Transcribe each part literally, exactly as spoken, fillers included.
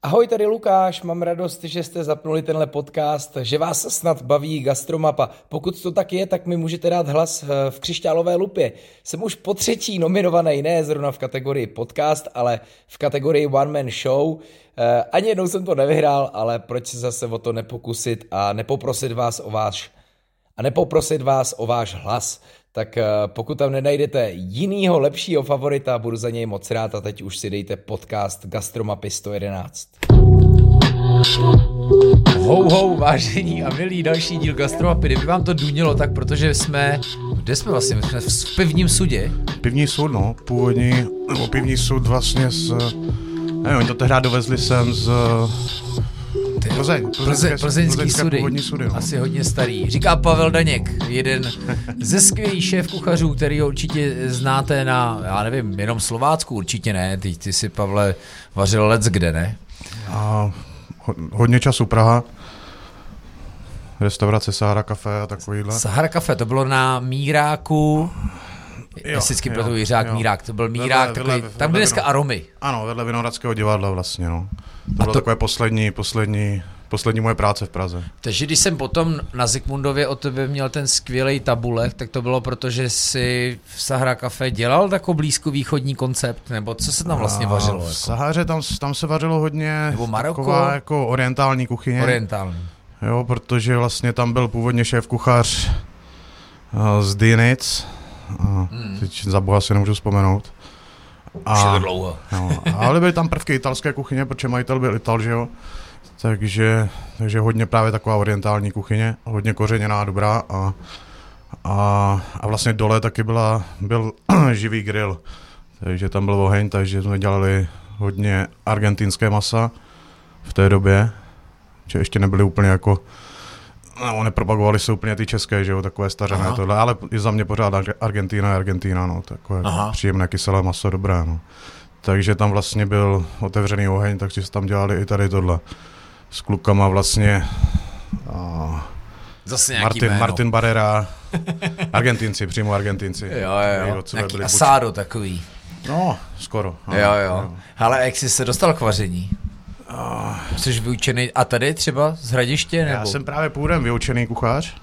Ahoj, tady Lukáš, mám radost, že jste zapnuli tenhle podcast, že vás snad baví Gastromapa. Pokud to tak je, tak mi můžete dát hlas v křišťálové lupě. Jsem už po třetí nominovaný, ne zrovna v kategorii podcast, ale v kategorii One Man Show. Ani jednou jsem to nevyhrál, ale proč se zase o to nepokusit a nepoprosit vás o váš, a nepoprosit vás o váš hlas. Tak pokud tam nenajdete jinýho lepšího favorita, budu za něj moc rád a teď už si dejte podcast Gastromapy sto jedenáct. Hou, hou, vážení a milí, další díl Gastromapy. Kdyby vám to důnilo, tak protože jsme, kde jsme vlastně, my jsme v pivním sudě. Pivní sud, no, původní, nebo pivní sud vlastně z, nevím, oni to tehdy dovezli sem z Plzeň, Plze, plzeňský sudy, sudy no. Asi hodně starý. Říká Pavel Daněk, jeden ze skvělých šéfkuchařů, který určitě znáte na, já nevím, jenom Slovácku, určitě ne, ty, ty si, Pavle, vařil lec kde, ne? A hodně času Praha, restaurace Sahara Café a takovýhle. Sahara Café, to bylo na Míráku, já si vždycky proto Jiřák jo. Mírák, to byl Mírák, vedle, takový, vedle, tam byly dneska Aromy. Ano, vedle Vinohradského divadla vlastně, no. To bylo to... takové poslední, poslední, poslední moje práce v Praze. Takže když jsem potom na Zikmundově o tebe měl ten skvělej tabulek, tak to bylo proto, že jsi v Sahara Café dělal takový blízkovýchodní koncept, nebo co se tam vlastně vařilo? V jako? Sahaře tam, tam se vařilo hodně nebo Maroko? Taková jako orientální kuchyně. Orientální. Jo, protože vlastně tam byl původně šéf kuchař z Dynic, hmm. teď za boha si nemůžu vzpomenout. A, už je to dlouho. No, ale byly tam prvky italské kuchyně, protože majitel byl Ital, že jo. Takže, takže hodně právě taková orientální kuchyně, hodně kořeněná, dobrá a, a, a vlastně dole taky byla, byl živý grill, takže tam byl oheň, takže jsme dělali hodně argentinské masa v té době, že ještě nebyly úplně jako, no, nepropagovali se úplně ty české, že jo, takové stařené Aha. tohle, ale i za mě pořád Argentina je Argentina, no, takové Aha. příjemné kyselé maso, dobré, no. Takže tam vlastně byl otevřený oheň, takže se tam dělali i tady tohle. S klukama vlastně a zase Martin, Martin Barrera, Argentinci, přímo Argentinci. Jo, jo, jo. Nějaký asádo takový. No, skoro. Jo, jo, jo. Hele, jak jsi se dostal k vaření? Uh, jsi vyučený, a tady třeba z Hradiště? Nebo? Já jsem právě původem vyučený kuchař.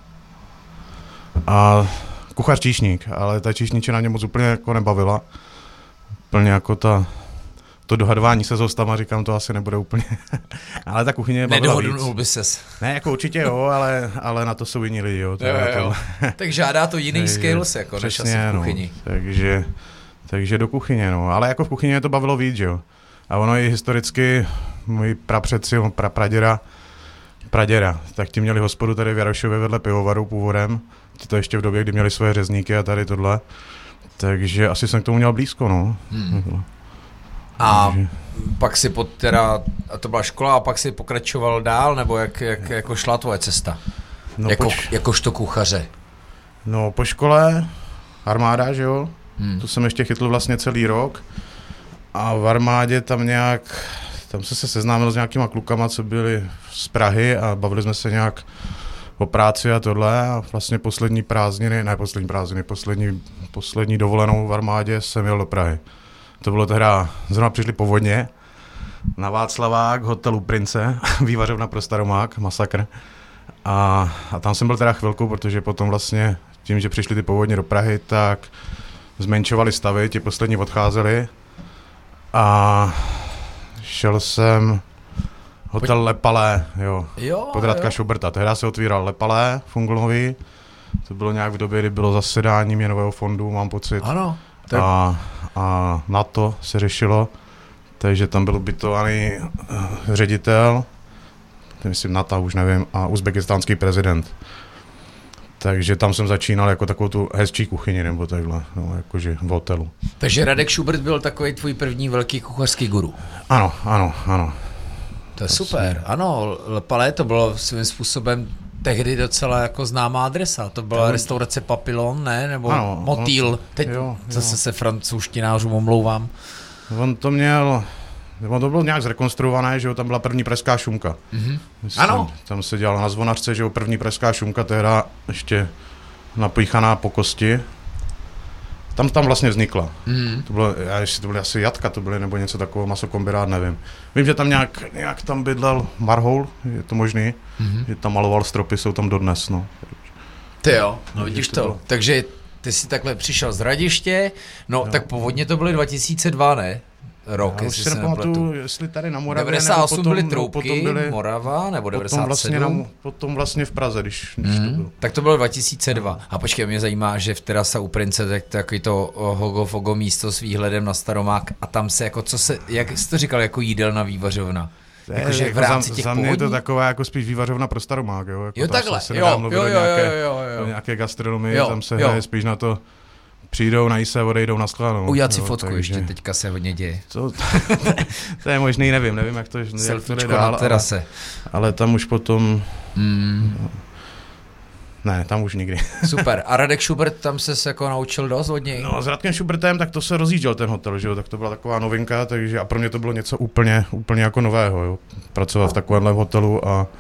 A kuchař číšník, ale ta číšničina mě moc úplně jako nebavila. Úplně jako ta... To dohadování se s hostama, říkám, to asi nebude úplně, ale ta kuchyně bavila víc. Nedohodnul by ses. Ne, jako určitě jo, ale, ale na to jsou jiní lidi, jo. To jo, je jo. Tak žádá to jiný takže, skills, jako než asi v kuchyni. No, takže, takže do kuchyně, no, ale jako v kuchyni to bavilo víc, jo. A ono i historicky, můj prapředci, pra, praděra, praděra, tak ti měli hospodu tady v Jarošově vedle pivovaru původem, to ještě v době, kdy měli svoje řezníky a tady tohle, takže asi jsem k tomu měl blízko, no. Hmm. A pak si pod teda, a to byla škola, a pak si pokračoval dál, nebo jak, jak jako šla tvoje cesta? No jako, poč- jakožto kuchaře. No po škole armáda, že jo, hmm. to jsem ještě chytl vlastně celý rok a v armádě tam nějak, tam jsem se seznámil s nějakýma klukama, co byli z Prahy a bavili jsme se nějak o práci a tohle a vlastně poslední prázdniny, ne poslední prázdniny, poslední, poslední dovolenou v armádě jsem jel do Prahy. To bylo tehda, zrovna přišli povodně na Václavák, hotelu Prince, vývařovna pro Staromák, masakr. A, a tam jsem byl teda chvilku, protože potom vlastně tím, že přišli ty povodně do Prahy, tak zmenšovali stavy, ti poslední odcházeli. A šel jsem hotel Lepalé, jo, jo pod Radka jo. Šuberta. Tehda se otvíral Lepalé, Funglnový. To bylo nějak v době, kdy bylo zasedání měnového fondu, mám pocit. Ano. Tak... A, a na to se řešilo, takže tam byl ubytovaný uh, ředitel, myslím NATO, už nevím, a uzbekistánský prezident. Takže tam jsem začínal jako takovou tu hezčí kuchyni, nebo takhle, no, jakože v hotelu. Takže Radek Schubert byl takový tvůj první velký kuchařský guru. Ano, ano, ano. To je super, ano, Lepalé to bylo svým způsobem tehdy docela jako známá adresa. To byla restaurace Papillon, ne? Nebo ano, Motýl. On, Teď jo, zase jo. se francouzštinářům omlouvám. On to měl, on to bylo nějak zrekonstruované, že jo, tam byla první pražská šunka. Mm-hmm. Ano. Tam se dělala na Zvonařce, že jo, první pražská šunka, tehda ještě napíchaná po kosti. tam, tam vlastně vznikla. Mm. To bylo, já jestli to byly asi jatka, to byly nebo něco takového, masokombinát, nevím. Vím, že tam nějak, nějak tam bydlel Marhoul, je to možný, mm. že tam maloval stropy, jsou tam dodnes, no. Ty jo, no vidíš to. to. Takže ty jsi takhle přišel z Hradiště, no jo. Tak původně to byly dva tisíce dva, ne? Rok, já jestli se nepletu. Jestli tady na Moravě, devadesát osm potom, byly Troubky, potom byly, Morava, nebo devadesát sedm? Potom vlastně, na, potom vlastně v Praze, když, když mm. to bylo. Tak to bylo dva tisíce dva. A počkej, mě zajímá, že v Terasa u Prince, tak takový to hogo-fogo místo s výhledem na Staromák a tam se jako, co se, jak jsi to říkal, jako jídelna vývařovna? Jako, že v rámci těch za mě je to taková jako spíš vývařovna pro Staromák, jo? Jako jo, takhle, jo, jo, jo, nějaké, jo, jo, jo. nějaké gastronomie, jo, tam se hraje spíš na to, přijdou, nají se, odejdou na sklanu. Udělat si fotku, takže ještě teďka se hodně děje. To, to je možný, nevím, nevím, jak to, jak to jde dál, na terase. Ale, ale tam už potom... Mm. Ne, tam už nikdy. Super. A Radek Schubert, tam se jako naučil dost od něj? No, s Radkem Schubertem, tak to se rozjížděl ten hotel, že jo, tak to byla taková novinka, takže a pro mě to bylo něco úplně, úplně jako nového, jo. Pracoval v takovémhle hotelu a,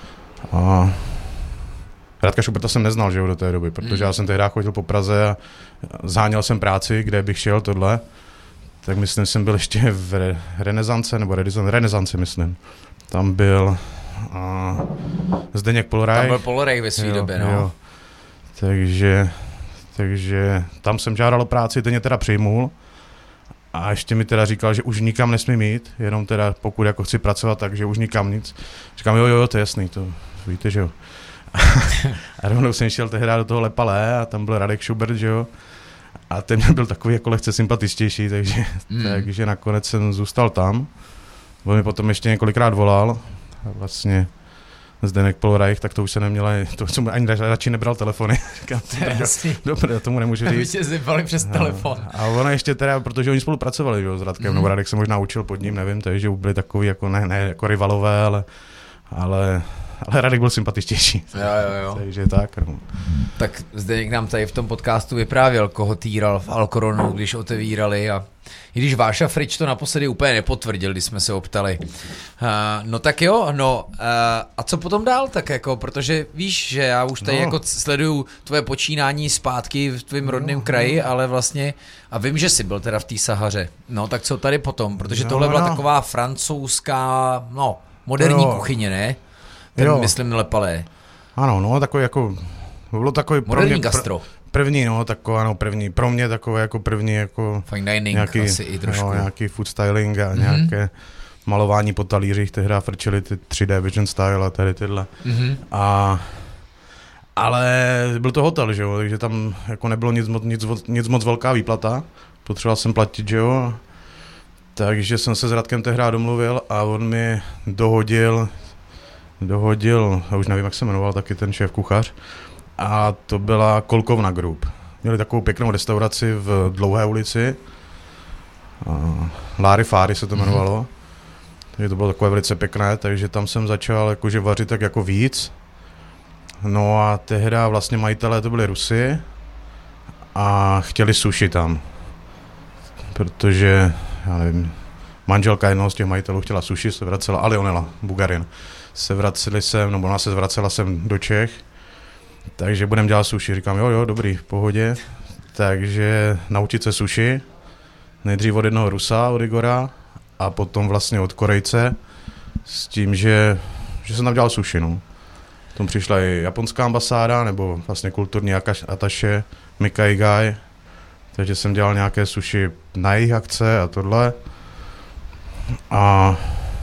a Radka Schuberta jsem neznal, že jo, do té doby, protože já jsem tehdy chodil po Praze a zháněl jsem práci, kde bych šel tohle, tak myslím, jsem byl ještě v re, Renesance, nebo Renesance, myslím. Tam byl a Zdeněk Poloraj. Tam byl Poloraj ve své době, no. Jo. Takže, takže tam jsem žádal o práci, ten mě teda přijmul a ještě mi teda říkal, že už nikam nesmím jít, jenom teda pokud jako chci pracovat, takže už nikam nic. Říkám, jo, jo, to je jasný, to víte, že jo. A rovnou jsem šel tehdy do toho Le Palais a tam byl Radek Schubert, že jo. A ten byl takový jako lehce sympatičtější, takže, mm. takže nakonec jsem zůstal tam. On mi potom ještě několikrát volal. A vlastně Zdeněk Poloraj, tak to už se neměla, to jsem ani radši nebral telefony. Říkám, dobře, tomu nemůžu říct. Vy tě zjebali přes no. telefon. A ona ještě teda, protože oni spolupracovali, jo, s Radkem, mm. nebo Radek se možná učil pod ním, nevím, takže byli takový jako ne, ne jako rivalové, ale, ale ale Radek byl sympatičtější. Jo, jo, jo. Takže tak. No. Tak Zdeněk nám tady v tom podcastu vyprávěl, koho týral v Alcoronu, když otevírali a i když Váša Frič to naposledy úplně nepotvrdil, když jsme se optali. Uh, no tak jo, no uh, a co potom dál tak jako, protože víš, že já už tady no. jako sleduju tvoje počínání zpátky v tvém rodném no, kraji, no. ale vlastně a vím, že jsi byl teda v té Sahaře. No tak co tady potom, protože no, tohle byla no. taková francouzská, no moderní no. kuchyně, ne? Ten jo. myslím Le Palais. Ano, no takový jako, bylo takový moderní mě, gastro. Pr- první, no taková, no první, pro mě takové jako první jako fine dining nějaký, asi i trošku. No, nějaký food styling a mm-hmm. nějaké malování po talířích, tehdy frčili ty tři dé Vision Style a tady tyhle. Mm-hmm. A ale byl to hotel, že jo, takže tam jako nebylo nic, nic, nic moc velká výplata, potřeboval jsem platit, že jo, takže jsem se s Radkem tehdy domluvil a on mi dohodil dohodil, já už nevím, jak se jmenoval, taky ten šéf kuchař, a to byla Kolkovna Group. Měli takovou pěknou restauraci v Dlouhé ulici, Láry Fáry se to jmenovalo, takže to bylo takové velice pěkné, takže tam jsem začal jakože vařit tak jako víc. No a tehdy vlastně majitelé to byli Rusy a chtěli sushi tam, protože, já nevím, manželka jednoho z těch majitelů chtěla sushi, se vracela, Alionela, Bugarin, se vraceli sem, nebo ona se vracela sem do Čech, takže budeme dělat sushi. Říkám, jo, jo, dobrý, v pohodě. Takže naučit se sushi, nejdřív od jednoho Rusa, od Igora, a potom vlastně od Korejce, s tím, že, že jsem tam dělal sushi, no. Potom přišla i japonská ambasáda, nebo vlastně kulturní ataše, Mika Igai, takže jsem dělal nějaké sushi na jejich akce a tohle. A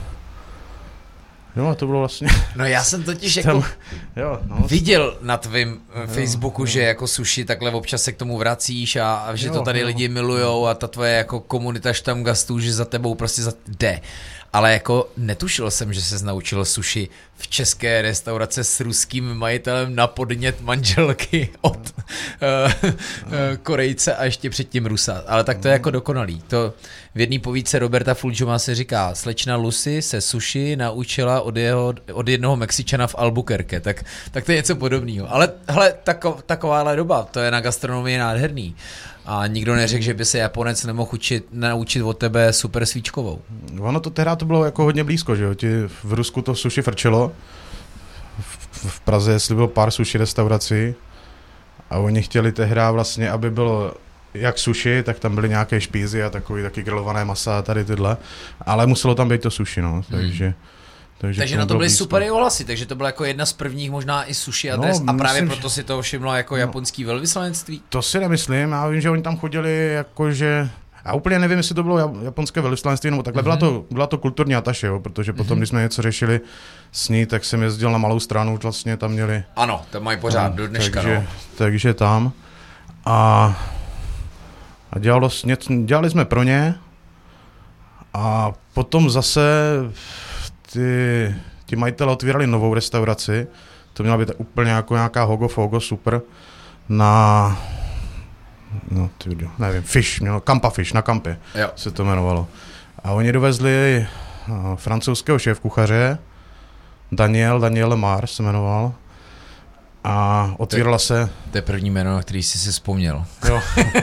jo, to bylo vlastně... No já jsem totiž jako tam, jo, no. viděl na tvém Facebooku, jo, že jako sushi takhle občas se k tomu vracíš a, a že jo, to tady jo. lidi milujou a ta tvoje jako komunita štamgastů, že za tebou prostě za... jde. Ale jako netušil jsem, že ses naučil sushi v české restaurace s ruským majitelem na podnět manželky od uh, uh, Korejce a ještě předtím Rusa. Ale tak to je jako dokonalý. To v jedné povídce Roberta Fulgiuma se říká, slečna Lucy se sushi naučila od, jeho, od jednoho Mexičana v Albuquerque. Tak, tak to je něco podobného. Ale hele, tako, takováhle doba, to je na gastronomii nádherný. A nikdo neřekl, že by se Japonec nemohl učit, naučit od tebe super svíčkovou. Ono to tehdy to bylo jako hodně blízko, že jo? Ti v Rusku to sushi frčelo. V, v Praze, jestli bylo pár sushi restaurací. A oni chtěli tehdy vlastně, aby bylo jak sushi, tak tam byly nějaké špízy a takový taky grilované masa a tady tyhle, ale muselo tam být to sushi, no, takže... Hmm. Takže, takže na to byly blízko. Super i ohlasy, takže to byla jako jedna z prvních možná i sushi adres no, a právě myslím, proto si to všimlo jako no, japonský velvyslanectví? To si nemyslím, já vím, že oni tam chodili jakože, já úplně nevím, jestli to bylo japonské velvyslanectví, nebo takhle, mm-hmm. byla, to, byla to kulturní ataše, jo, protože potom, mm-hmm. když jsme něco řešili s ní, tak jsem jezdil na Malou Stranu, vlastně tam měli. Ano, to mají pořád, no, do dneška. Takže, no. takže tam a, a dělalo, dělali jsme pro ně a potom zase ty, ty majitele otvírali novou restauraci, to měla být úplně jako nějaká Hogo Fogo, super, na, no ty, nevím, Fish, mělo, Kampa Fish, na Kampě jo. se to jmenovalo. A oni dovezli uh, francouzského šéfkuchaře, Daniel, Daniel Lemar se jmenoval, a otvírala se... To je první jméno, na který jsi si vzpomněl. Jo.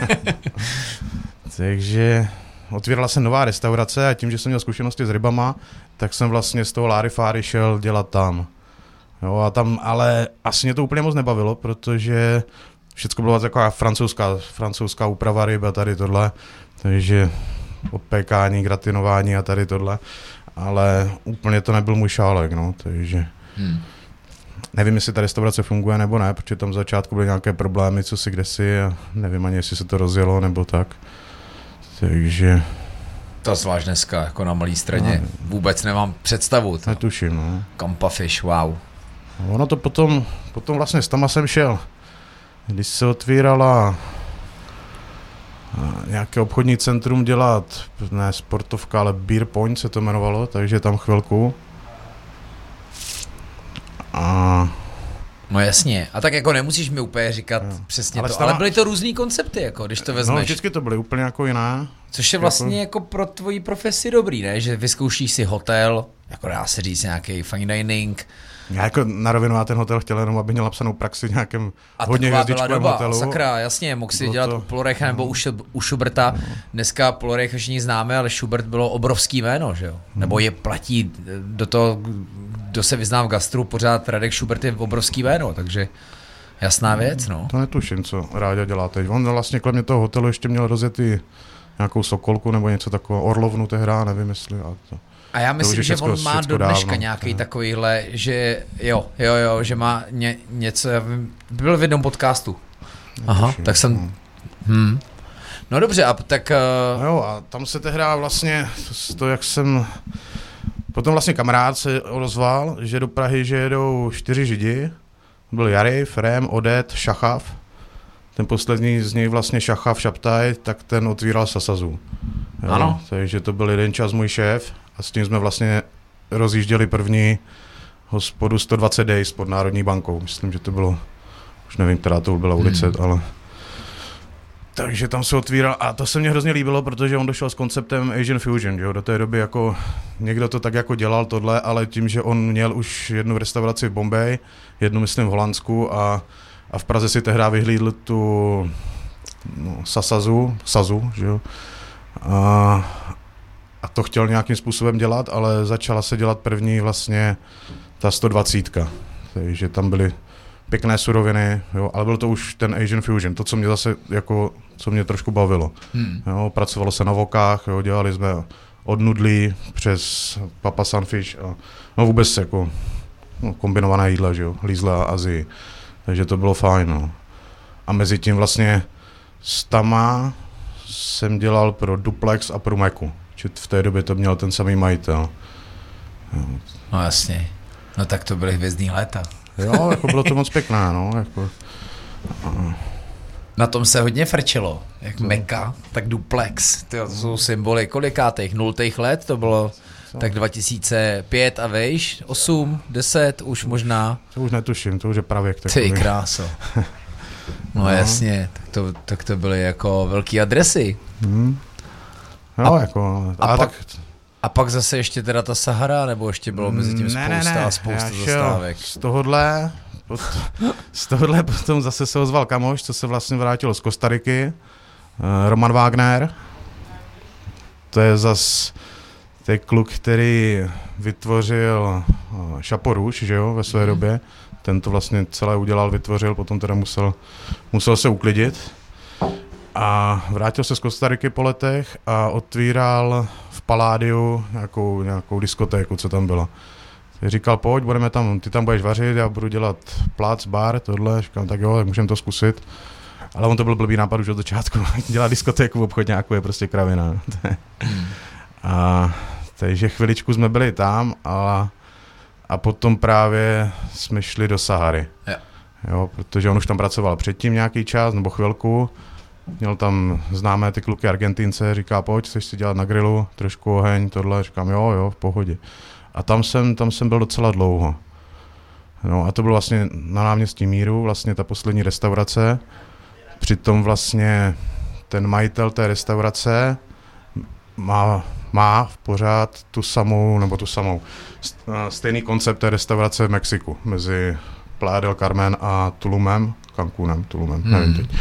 Takže... Otvírala se nová restaurace a tím, že jsem měl zkušenosti s rybama, tak jsem vlastně z toho Larifáry šel dělat tam. Jo, a tam, ale asi mě to úplně moc nebavilo, protože všechno bylo taková francouzská, francouzská úprava ryb a tady tohle, takže odpékání, gratinování a tady tohle, ale úplně to nebyl můj šálek, no, takže... Hmm. Nevím, jestli ta restaurace funguje nebo ne, protože tam v začátku byly nějaké problémy, co si kdesi a nevím ani, jestli se to rozjelo nebo tak. Takže... To zvlášť dneska, jako na Malý Straně. No, vůbec nemám představu. To. Netuším, no. Kampa Fish, wow. Ono to potom, potom vlastně s tama jsem šel. Když se otvírala nějaké obchodní centrum dělat, ne sportovka, ale Beer Point se to jmenovalo, takže tam chvilku. A... No jasně, a tak jako nemusíš mi úplně říkat no. přesně ale to, stala... ale byly to různý koncepty, jako když to vezmeš. No vždycky to byly úplně jako jiná. Což je vlastně jako, jako pro tvoji profesi dobrý, ne? Že vyzkoušíš si hotel, jako dá se říct nějaký fine dining. Já jako na rovinu ten hotel chtěl jenom, aby měl napsanou praxi v nějakém a hodně hvězdičkovém hotelu. Sakra, jasně, mohl si dělat to... u Polorecha nebo u, u Schuberta. No. Dneska Polorecha všichni známe, ale Schubert bylo obrovský jméno, že jo? Hmm. Nebo je platí do toho, kdo se vyzná v gastru, pořád Radek Schubert je obrovský jméno, takže jasná věc, no. To netuším, co Ráďa dělá teď. On vlastně kromě toho hotelu ještě měl rozjetý nějakou Sokolku nebo něco takového, Orlovnu tehdy, nevím jestli. A, to, a já myslím, že on má do dneška nějaký ne. takovýhle, že jo, jo, jo, že má ně, něco, já vím, byl v jednom podcastu. Aha, netuším, tak jsem, no. Hmm. No dobře, a tak... Uh... No jo, a tam se tehdy vlastně, to, to jak jsem... Potom vlastně kamarád se ozval, že do Prahy, že jedou čtyři Židi. Byl Jarif, Rém, Odet, Šachav. Ten poslední z něj vlastně Šachav, Šaptaj, tak ten otvíral Sasazu. Jo, ano. Takže to byl jeden čas můj šéf a s tím jsme vlastně rozjížděli první hospodu sto dvacet Days pod Národní bankou. Myslím, že to bylo, už nevím, která to byla ulice, hmm. ale... Takže tam se otvíral a to se mně hrozně líbilo, protože on došel s konceptem Asian Fusion, jo? Do té doby jako někdo to tak jako dělal tohle, ale tím, že on měl už jednu restauraci v Bombay, jednu myslím v Holandsku a, a v Praze si tehdy vyhlídl tu no, Sasazu, Sazu, že jo? A, a to chtěl nějakým způsobem dělat, ale začala se dělat první vlastně ta sto dvacet, takže tam byly pěkné suroviny, jo, ale byl to už ten Asian Fusion, to, co mě zase jako, co mě trošku bavilo. Hmm. Jo, pracovalo se na vokách, jo, dělali jsme od nudlí přes Papa Sunfish a no vůbec jako no, kombinované jídla, že jo, lízla a Azii. Takže to bylo fajn, no. A mezi tím vlastně s Tama jsem dělal pro Duplex a pro Meku. V té době to měl ten samý majitel. Jo. No jasně. No tak to byly hvězdný léta. Jo, jako bylo to moc pěkné, no. Jako, na tom se hodně frčilo, jak no. Meka, tak Duplex, tyjo, to jsou symboly kolikátých, nultých let, to bylo co? Tak dva tisíce pět a vejš, osm, deset, už možná. To už netuším, to už je pravěk takový. Ty kráso. No, no jasně, tak to, tak to byly jako velký adresy. Hmm. No, a, jako, a, a pak, tak... A pak zase ještě teda ta Sahara, nebo ještě bylo mezi tím spousta ne, ne, ne. a spousta zastávek? Z tohohle, pot, z tohohle potom zase se ozval kamoš, co se vlastně vrátil z Kostariky, Roman Wagner. To je zas to je kluk, který vytvořil Chapeau Rouge, že jo, ve své mm. době. Ten to vlastně celé udělal, vytvořil, potom teda musel, musel se uklidit. A vrátil se z Kostariky po letech a otvíral v Paládiu nějakou, nějakou diskotéku, co tam bylo. Říkal, pojď, budeme tam, ty tam budeš vařit, já budu dělat plác, bar, tohle. Říkám, tak jo, tak můžeme to zkusit. Ale on to byl blbý nápad už od začátku. Dělat diskotéku v obchodňáku je prostě kravina. A takže chviličku jsme byli tam a, a potom právě jsme šli do Sahary. Jo. Jo, protože on už tam pracoval předtím nějaký čas, nebo chvilku. Měl tam známé ty kluky Argentince, říká, pojď, chceš si dělat na grilu, trošku oheň, tohle. Říkám, jo, jo, v pohodě. A tam jsem, tam jsem byl docela dlouho. No a to bylo vlastně na náměstí Míru, vlastně ta poslední restaurace. Přitom vlastně ten majitel té restaurace má, má v pořád tu samou, nebo tu samou, stejný koncept té restaurace v Mexiku, mezi Playa del Carmen a Tulumem, Cancunem, Tulumem, hmm. nevím teď.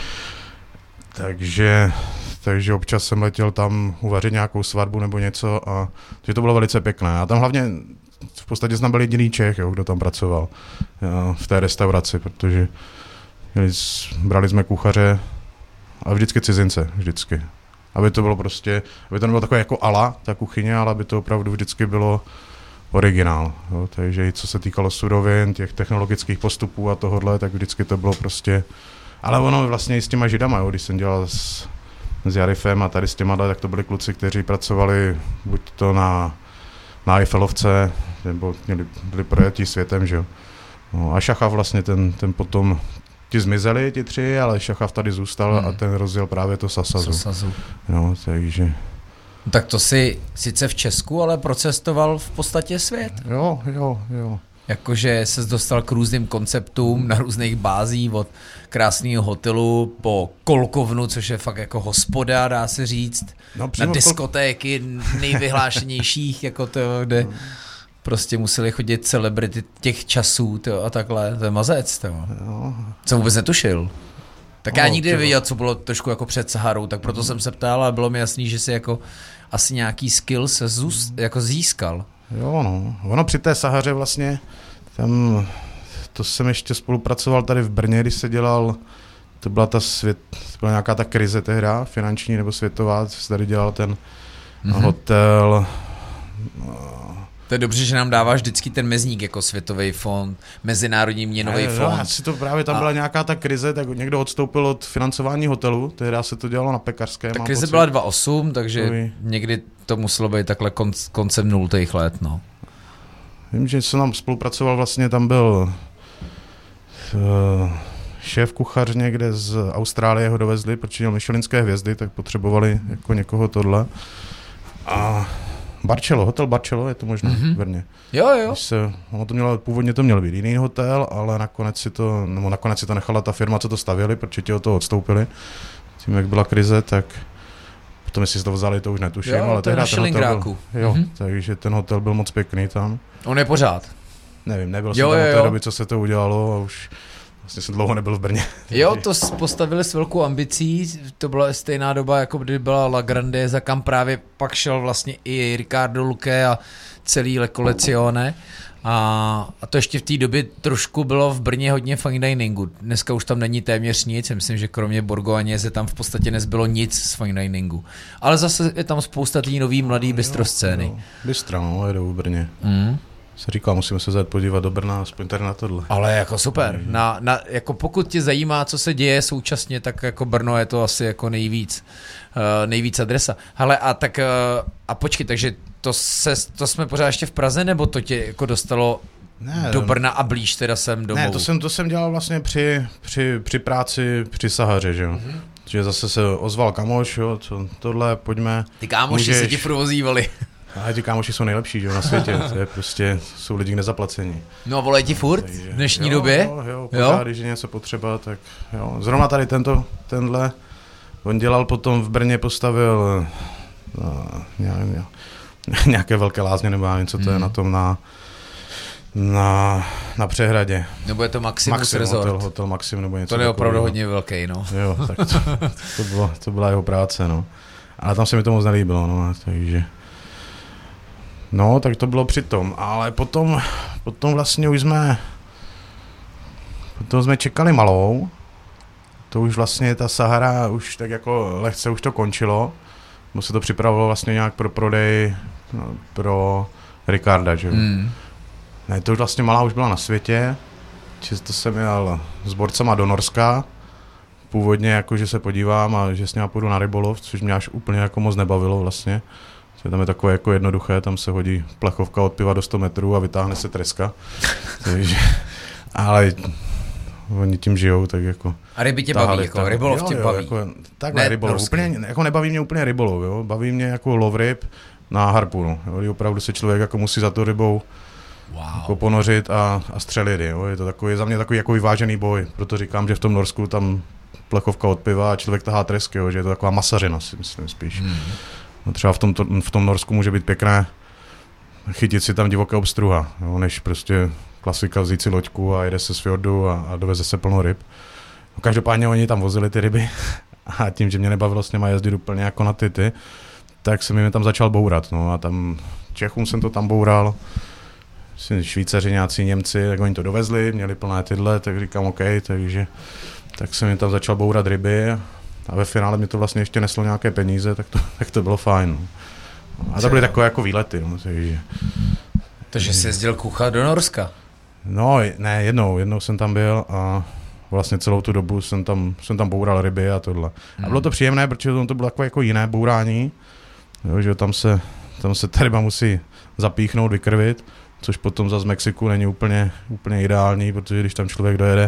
Takže, takže občas jsem letěl tam uvařit nějakou svatbu nebo něco a že to bylo velice pěkné. A tam hlavně v podstatě jsme byli jediný Čech, jo, kdo tam pracoval jo, v té restauraci, protože měli, brali jsme kuchaře a vždycky cizince, vždycky. Aby to bylo prostě, aby to nebylo takové jako ala, ta kuchyně, ale aby to opravdu vždycky bylo originál. Jo. Takže i co se týkalo surovin, těch technologických postupů a tohodle, tak vždycky to bylo prostě. Ale ono vlastně i s těma Židama, jo, když jsem dělal s, s Jarifem a tady s těma, tak to byli kluci, kteří pracovali buď to na, na Eiffelovce, nebo měli, byli projatí světem, že jo. No a Šachav vlastně ten, ten potom, ti zmizeli ti tři, ale Šachav tady zůstal hmm. a ten rozjel právě to Sasazu. Sasazu. No, takže. Tak to si sice v Česku, ale procestoval v podstatě svět. Jo, jo, jo. Jakože ses dostal k různým konceptům na různých bází, od krásného hotelu po Kolkovnu, což je fakt jako hospoda, dá se říct, no, na diskotéky nejvyhlášenějších, jako to, kde prostě museli chodit celebrity těch časů to, a takhle, to je mazec. To. Jsem vůbec netušil. Tak já nikdy nevěděl, co bylo trošku jako před Saharou, tak proto jsem se ptal, ale bylo mi jasný, že si jako asi nějaký skill se zůst, jako získal. Jo, no. Ono při té Sahaře vlastně, tam, to jsem ještě spolupracoval tady v Brně, když se dělal, to byla ta svět, to byla nějaká ta krize tehda, finanční nebo světová, se tady dělal ten mm-hmm. hotel. To je dobře, že nám dáváš vždycky ten mezník jako Světový fond, Mezinárodní měnový fond. No, asi to právě tam a... byla nějaká ta krize, tak někdo odstoupil od financování hotelu, tehdy se to dělalo na Pekařské. Ta krize pocit. Byla dva tisíce osm, takže Uj. někdy to muselo být takhle konc, koncem nultých let, no. Vím, že jsem tam spolupracoval, vlastně tam byl uh, šéf kuchař někde z Austrálie, ho dovezli, protože měl michelinské hvězdy, tak potřebovali jako někoho tohle. A Barcello, hotel Barcello, je to možná mm-hmm. v Brně. Jo, jo. Se, ono to mělo, původně to měl být jiný hotel, ale nakonec si to, nebo nakonec si to nechala ta firma, co to stavěli, protože ti od toho odstoupili. Tím, jak byla krize, tak potom, jestli si to vzali, to už netuším, jo, ale to tehdy ten hotel byl, jo, mm-hmm. takže ten hotel byl moc pěkný tam. On je pořád. Nevím, nebyl jo, jsem tam od té doby, co se to udělalo a už vlastně jsem dlouho nebyl v Brně. Jo, to postavili s velkou ambicí, to byla stejná doba, jako kdy byla La Grandeza, kam právě pak šel vlastně i Riccardo Luque a celý Le Collezione. A, a to ještě v té době trošku bylo v Brně hodně fine diningu. Dneska už tam není téměř nic, myslím, že kromě Borgo Agnese tam v podstatě nezbylo nic z fine diningu. Ale zase je tam spousta tý nový mladý bistro scény. Bistro, no, jedou v Brně. Mm. Se říká, musíme se zajít podívat do Brna, aspoň tady na tohle. Ale jako super. Na, na, jako pokud tě zajímá, co se děje současně, tak jako Brno je to asi jako nejvíc, uh, nejvíc adresa. Hele, a tak uh, a počkej, takže to, se, to jsme pořád ještě v Praze, nebo to tě jako dostalo ne, do Brna a blíž teda sem domů? Ne, to jsem, to jsem dělal vlastně při, při, při práci při Sahaře, že jo. Mm-hmm. Že zase se ozval kamoš, jo, co, tohle, pojďme. Ty kámoši můžeš... se ti provozívali. A ti kámoši jsou nejlepší, že jo, na světě, to je prostě, jsou lidi k nezaplacení. No a volají ti furt v dnešní jo, době? Jo, jo, pořád, když je něco potřeba, tak jo. Zrovna tady tento, tenhle, on dělal potom v Brně, postavil no, nějak, nějaké velké lázně, nebo já nevím, co to hmm. je na tom na, na, na přehradě. Nebo je to Maximus Maxim, Resort. Hotel, hotel Maxim, nebo něco. To je opravdu hodně velký, no. Jo, tak to, to, bylo, to byla jeho práce, no. Ale tam se mi to moc nelíbilo, no, takže... No, tak to bylo přitom, ale potom, potom vlastně už jsme, potom jsme čekali malou, to už vlastně ta Sahara už tak jako lehce už to končilo, bo se to připravilo vlastně nějak pro prodej no, pro Ricarda, že mm. Ne, to už vlastně malá už byla na světě, čisto jsem jel s borcama do Norska, původně jako, že se podívám a že s ním půjdu na rybolov, což mě až úplně jako moc nebavilo vlastně. Tam je takové jako jednoduché, tam se hodí plechovka od piva do sto metrů a vytáhne se treska. Takže, ale oni tím žijou, tak jako... A ryby tě baví, jako tak, rybolov jo, tě jo, baví? Jako, takhle ne, rybolov, úplně, jako nebaví mě úplně rybolov, jo, baví mě jako lov ryb na harpunu, jo, kdy opravdu se člověk jako musí za to rybou wow. jako ponořit a, a střelit, jo, je to takový, za mě takový jako vyvážený boj, proto říkám, že v tom Norsku tam plechovka od piva a člověk tahá tresky, jo, že je to taková masařina, si myslím spíš. Hmm. No třeba v tom, v tom Norsku může být pěkné chytit si tam divoké obstruha, jo, než prostě klasika vzít si loďku a jede se z fjordu a, a doveze se plno ryb. No, každopádně oni tam vozili ty ryby a tím, že mě nebavilo s něma jezdit úplně jako na ty ty, tak jsem jim tam začal bourat. No a tam Čechům jsem to tam boural, Švýcaři, nějací Němci, tak oni to dovezli, měli plné tyhle, tak říkám OK, takže tak jsem jim tam začal bourat ryby a ve finále mi to vlastně ještě neslo nějaké peníze, tak to, tak to bylo fajn. No. A to byly takové jako výlety. No, takže takže jsi jezdil kuchat do Norska? No, ne, jednou, jednou jsem tam byl a vlastně celou tu dobu jsem tam, jsem tam boural ryby a tohle. Hmm. A bylo to příjemné, protože to bylo takové jako jiné bourání, jo, že tam se, tam se ta ryba musí zapíchnout, vykrvit, což potom zase z Mexiku není úplně, úplně ideální, protože když tam člověk dojede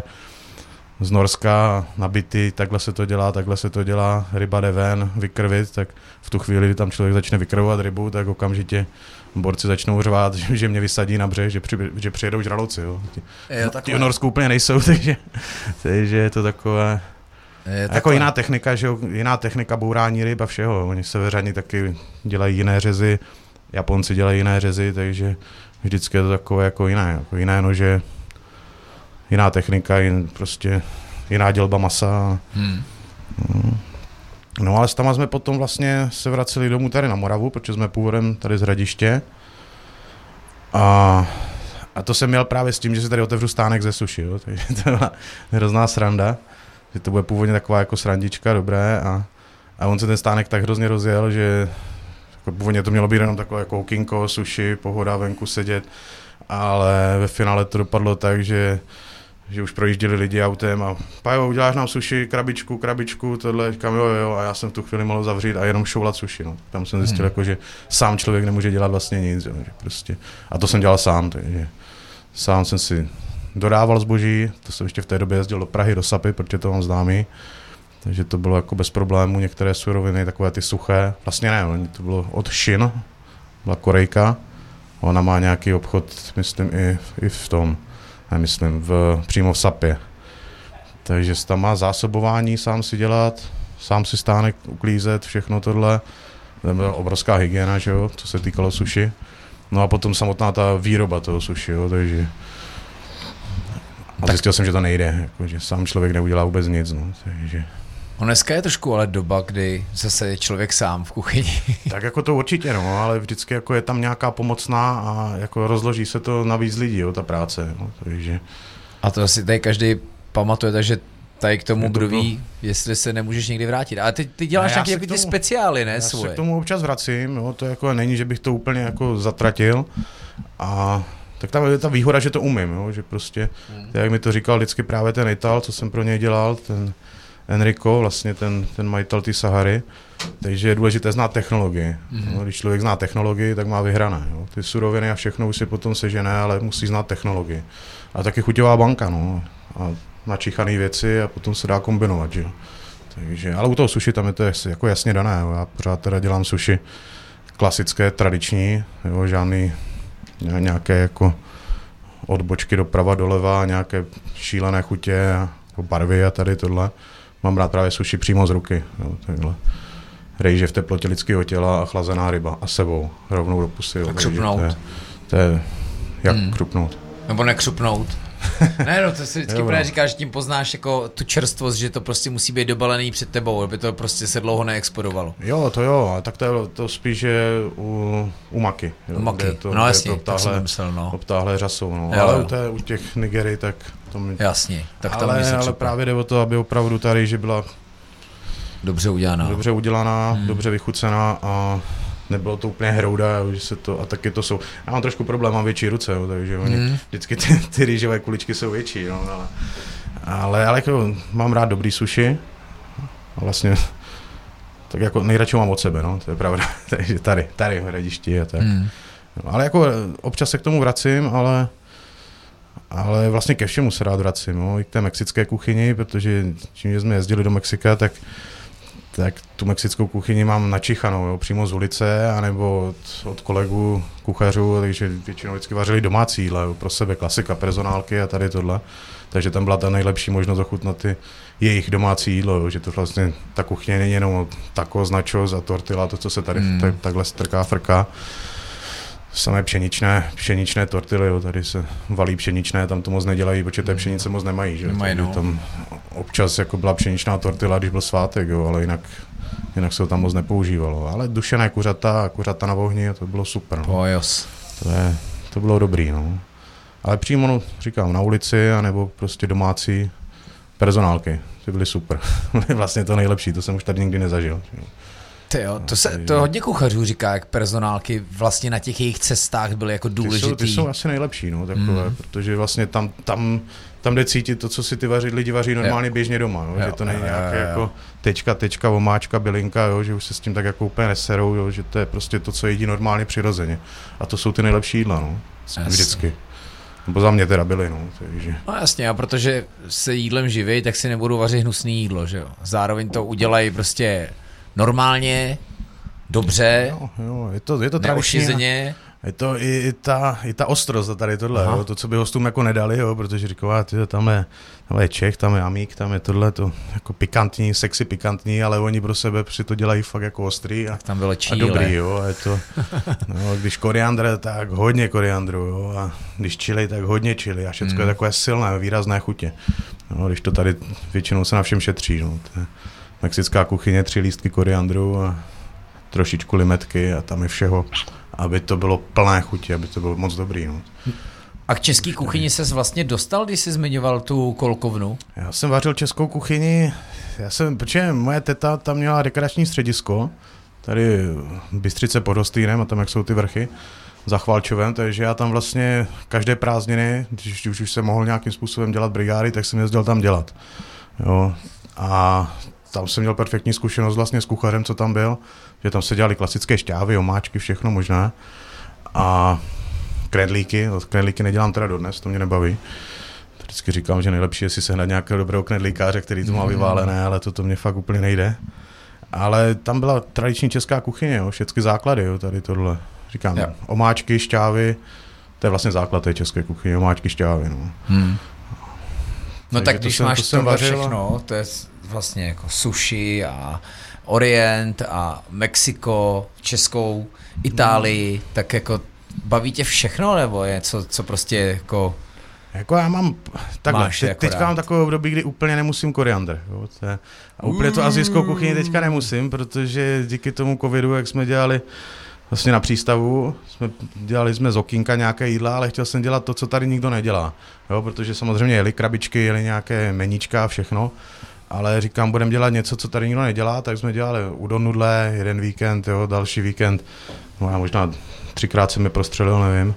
z Norska nabitý, takhle se to dělá, takhle se to dělá, ryba jde ven, vykrvit, tak v tu chvíli, kdy tam člověk začne vykrvovat rybu, tak okamžitě borci začnou řvát, že mě vysadí na břeh, že, při, že přijedou žraloci. Jo. Ti, jo, ti v Norsku úplně nejsou, takže, takže je to takové... Je jako jiná technika, že jo, jiná technika bourání ryb a všeho. Oni severani taky dělají jiné řezy, Japonci dělají jiné řezy, takže vždycky je to takové jako jiné, jako jiné nože, jiná technika, jin, prostě jiná dělba masa. Hmm. No ale s tam jsme potom vlastně se vraceli domů tady na Moravu, protože jsme původem tady z Hradiště. A, a to jsem měl právě s tím, že si tady otevřu stánek ze suši, jo, takže to byla hrozná sranda, že to bude původně taková jako srandička, dobré a, a on se ten stánek tak hrozně rozjel, že jako původně to mělo být jenom takové jako okinko, suši, pohoda, venku sedět, ale ve finále to dopadlo tak, že že už projížděli lidi autem a Pajo, uděláš nám suši, krabičku, krabičku, tohle, říkám jo, jo, a já jsem v tu chvíli mohl zavřít a jenom šoulat suši, no. Tam jsem zjistil, hmm. jako, že sám člověk nemůže dělat vlastně nic, jo, že prostě. A to jsem dělal sám, takže sám jsem si dodával zboží, to jsem ještě v té době jezdil do Prahy, do Sapy, protože to mám známý, takže to bylo jako bez problémů, některé suroviny, takové ty suché, vlastně ne, to bylo od Shin, byla Korejka, ona má nějaký obchod, myslím, i, i v tom, já myslím, v, přímo v Sapě. Takže tam má zásobování sám si dělat, sám si stánek uklízet, všechno tohle. To byla obrovská hygiena, že jo, co se týkalo suši. No a potom samotná ta výroba toho suši, jo, takže... A zjistil jsem, že to nejde, jako, že sám člověk neudělá vůbec nic, no, takže... No dneska je trošku ale doba, kdy zase je člověk sám v kuchyni. Tak jako to určitě, no, ale vždycky jako je tam nějaká pomocná a jako rozloží se to na víc lidí, jo, ta práce, no, takže... A to asi tady každý pamatuje, takže tady k tomu, kdo ví, jestli se nemůžeš někdy vrátit. Ale ty, ty děláš nějaké jako ty speciály, ne, já svoje? Já se k tomu občas vracím, jo, to jako není, že bych to úplně jako zatratil a... Tak tam je ta výhoda, že to umím, jo, že prostě, hmm. jak mi to říkal vždycky právě ten Ital, co jsem pro něj dělal, ten Enrico, vlastně ten, ten majitel té Sahary, takže je důležité znát technologii. Mm-hmm. No, když člověk zná technologii, tak má vyhrané. Jo. Ty suroviny a všechno už si potom sežené, ale musí znát technologii. A taky chuťová banka, no. A načichané věci a potom se dá kombinovat, že jo. Takže, ale u toho suši tam je to jako jasně dané. Jo. Já pořád teda dělám suši klasické, tradiční, jo, žádný nějaké jako odbočky doprava, doleva, nějaké šílené chutě a barvy a tady tohle. Mám rád právě suši přímo z ruky. Jo, takhle. Rejže v teplotě lidského těla a chlazená ryba a sebou rovnou do pusy. Jo, a křupnout. To je, to je jak hmm. křupnout. Nebo nekřupnout. Ne, no, to si vždycky právě říkáš, že tím poznáš jako tu čerstvost, že to prostě musí být dobalený před tebou, aby to prostě se dlouho neexpodovalo. Jo, to jo, a tak to je to spíš je u, u maky. Jo, u maky, to, no jasně, to obtáhle, tak jsem myslel, no. Obtáhle řasou, no. Jo, ale jo. U, té, u těch Nigery, tak to mi... Jasně, tak ale, tam mi se ale právě jde o to, aby opravdu ta rýže byla dobře udělaná. Dobře udělaná, hmm. dobře vychucená a nebylo to úplně hrouda, že se to, a taky to jsou, já mám trošku problém, mám větší ruce, jo, takže oni, hmm. vždycky ty, ty rýžové kuličky jsou větší, no, ale, ale, ale jako mám rád dobrý sushi a vlastně tak jako nejradši mám od sebe, no, to je pravda, takže tady, tady v Hradišti a tak. Hmm. No, ale jako občas se k tomu vracím, ale ale vlastně ke všemu se rád vracím, no, i k té mexické kuchyni, protože tím, že jsme jezdili do Mexika, tak tak tu mexickou kuchyni mám načichanou, jo, přímo z ulice, anebo od, od kolegů kuchařů, takže většinou vždycky vařili domácí jídla, jo, pro sebe klasika, personálky a tady tohle. Takže tam byla ta nejlepší možnost ochutnat ty jejich domácí jídlo, jo, že to vlastně ta kuchyně není jenom tacos, nachos a tortilla, to, co se tady mm. tak, takhle strká, frká. Samé pšeničné, pšeničné tortily, jo, tady se valí pšeničné, tam to moc nedělají, protože té pšenice moc nemají, že? Nemají, no. Tam občas jako byla pšeničná tortila, když byl svátek, jo, ale jinak, jinak se to tam moc nepoužívalo. Ale dušené kuřata a kuřata na ohni, to bylo super. No. Oh, jos. To, je, to bylo dobrý, no. Ale přímo, no, říkám, na ulici, anebo prostě domácí personálky, ty byly super. Vlastně to nejlepší, to jsem už tady nikdy nezažil. Ty jo, to, se, to hodně kuchařů říká, jak personálky vlastně na těch jejich cestách byly jako důležitý. Ty jsou, ty jsou asi nejlepší, no, takové, mm. protože vlastně tam, tam, tam jde cítit to, co si ty vaři, lidi vaří normálně jo. běžně doma, jo, jo, že to není nějaké jako tečka, tečka, omáčka, bylinka, jo, že už se s tím tak jako úplně neserou, jo, že to je prostě to, co jedí normálně přirozeně. A to jsou ty nejlepší jídla, no, vždycky. Nebo za mě teda byly, no, takže... No jasně, a protože se jídlem živí, tak si nebudou vařit hnusný jídlo, že jo. Zároveň to udělají prostě normálně, dobře, jo, jo, je to, je to neošizeně. Je to i, i, ta, i ta ostrost a tady tohle, jo, to, co by hostům jako nedali, jo, protože říkala, tyjo, tam je, tam je Čech, tam je Amík, tam je tohle, to jako pikantní, sexy pikantní, ale oni pro sebe si to dělají fakt jako ostrý a, tam bylo a dobrý, jo, a je to, no, když koriandr, tak hodně koriandru, jo, a když chili, tak hodně chili a všecko mm. je takové silné, výrazné chutě, no, když to tady většinou se na všem šetří, no, to je mexická kuchyně, tři lístky koriandru a trošičku limetky a tam je všeho, aby to bylo plné chutě, aby to bylo moc dobrý. No. A k české kuchyni ses vlastně dostal, když jsi zmiňoval tu kolkovnu? Já jsem vařil českou kuchyni, já jsem, protože moje teta tam měla rekreační středisko, tady v Bystřice pod Hostýnem a tam, jak jsou ty vrchy, za Chvalčovem, takže já tam vlastně každé prázdniny, když už, už jsem mohl nějakým způsobem dělat brigády, tak jsem jezdil tam dělat. Jo. A tam jsem měl perfektní zkušenost vlastně s kuchařem, co tam byl, že tam se dělali klasické šťávy, omáčky, všechno možné. A knedlíky, knedlíky nedělám teda dodnes, to mě nebaví. Vždycky říkám, že nejlepší je si sehnat nějakého dobrého knedlíkáře, který to má vyválené, ale to, to mě fakt úplně nejde. Ale tam byla tradiční česká kuchyně, jo, všechny základy, jo, tady tohle. Říkám, ja. omáčky, šťávy, to je vlastně základ té české kuchyně, omáčky, šťávy. No, hmm. no tak když jsem, máš to tohle všechno, to je vlastně jako sushi a Orient a Mexiko, Českou, Itálii, hmm. tak jako baví tě všechno, nebo je co, co prostě jako... Jako já mám, takhle, te, jako teďka mám takové období, kdy úplně nemusím koriandr. Jo, to je, a úplně tu asijskou kuchyni teďka nemusím, protože díky tomu covidu, jak jsme dělali vlastně na přístavu, jsme dělali jsme z okýnka nějaké jídla, ale chtěl jsem dělat to, co tady nikdo nedělá. Jo, protože samozřejmě jeli krabičky, jeli nějaké meníčka a všechno, ale říkám, budeme dělat něco, co tady nikdo nedělá, tak jsme dělali udon nudle, jeden víkend, jo, další víkend, no já možná třikrát jsem je prostřelil, nevím.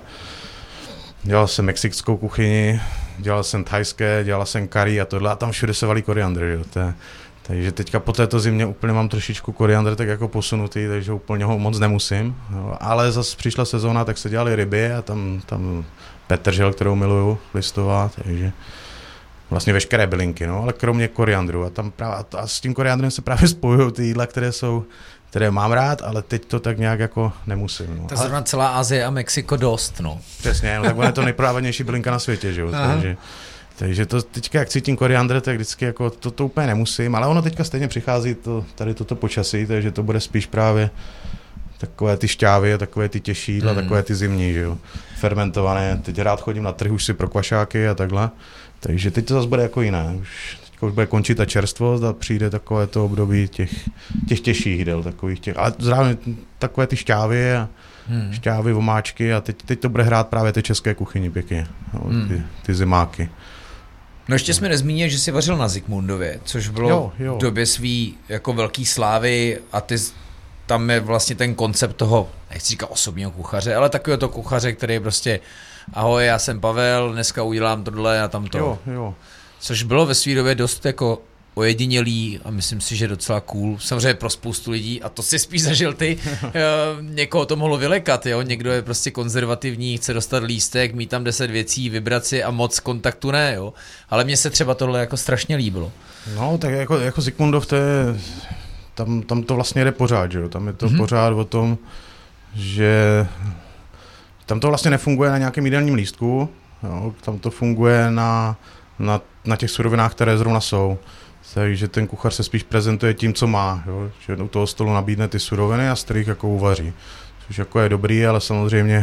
Dělal jsem mexickou kuchyni, dělal jsem thajské, dělal jsem curry a tohle a tam všude se valí koriandr, jo, to je, takže teďka po této zimě úplně mám trošičku koriandr tak jako posunutý, takže úplně ho moc nemusím, jo, ale zase přišla sezóna, tak se dělaly ryby a tam, tam petržel, kterou miluju, listová, takže vlastně veškeré bylinky, no, ale kromě koriandru a tam právě, a s tím koriandrem se právě spojují ty jídla, které jsou, které mám rád, ale teď to tak nějak jako nemusím. No. Tak zrovna ale... celá Asie a Mexiko dost, no. Přesně, no, tak ono je to nejprodávanější bylinka na světě, že jo, takže, takže to teďka, jak cítím koriandr, tak vždycky jako to, to úplně nemusím, ale ono teďka stejně přichází to, tady toto počasí, takže to bude spíš právě takové ty šťávy, takové ty těžší jídla, mm. takové ty zimní, že jo, fermentované. Teď rád chodím na trh už si pro kvašáky a takhle, takže teď to zase bude jako jiné. Už, teď už bude končit ta čerstvost a přijde takové to období těch, těch těžších jídel, takových těch, ale zároveň takové ty šťávy a hmm. šťávy, vomáčky a teď, teď to bude hrát právě ty české kuchyni pěkně, no, hmm. ty, ty zimáky. No ještě jsme nezmínili, že jsi vařil na Zikmundově, což bylo jo, jo. v době svý jako velký slávy a ty, tam je vlastně ten koncept toho, nechci říkat osobního kuchaře, ale takového toho kuchaře, který je prostě ahoj, já jsem Pavel, dneska udělám tohle a tamto. Jo, jo. Což bylo ve své době dost jako ojedinělý a myslím si, že docela cool. Samozřejmě pro spoustu lidí, a to si spíš zažil ty, někoho to mohlo vylekat, jo? Někdo je prostě konzervativní, chce dostat lístek, mít tam deset věcí, vybrat si a moc kontaktu ne, jo. Ale mně se třeba tohle jako strašně líbilo. No, tak jako, jako Zikmundov, to je, tam, tam to vlastně jde pořád, že jo. Tam je to mm-hmm. pořád o tom, že tam to vlastně nefunguje na nějakém jídelním lístku, jo? Tam to funguje na, na, na těch surovinách, které zrovna jsou. Takže ten kuchař se spíš prezentuje tím, co má, jo? Že u toho stolu nabídne ty suroviny a z kterých jako uvaří. Což jako je dobrý, ale samozřejmě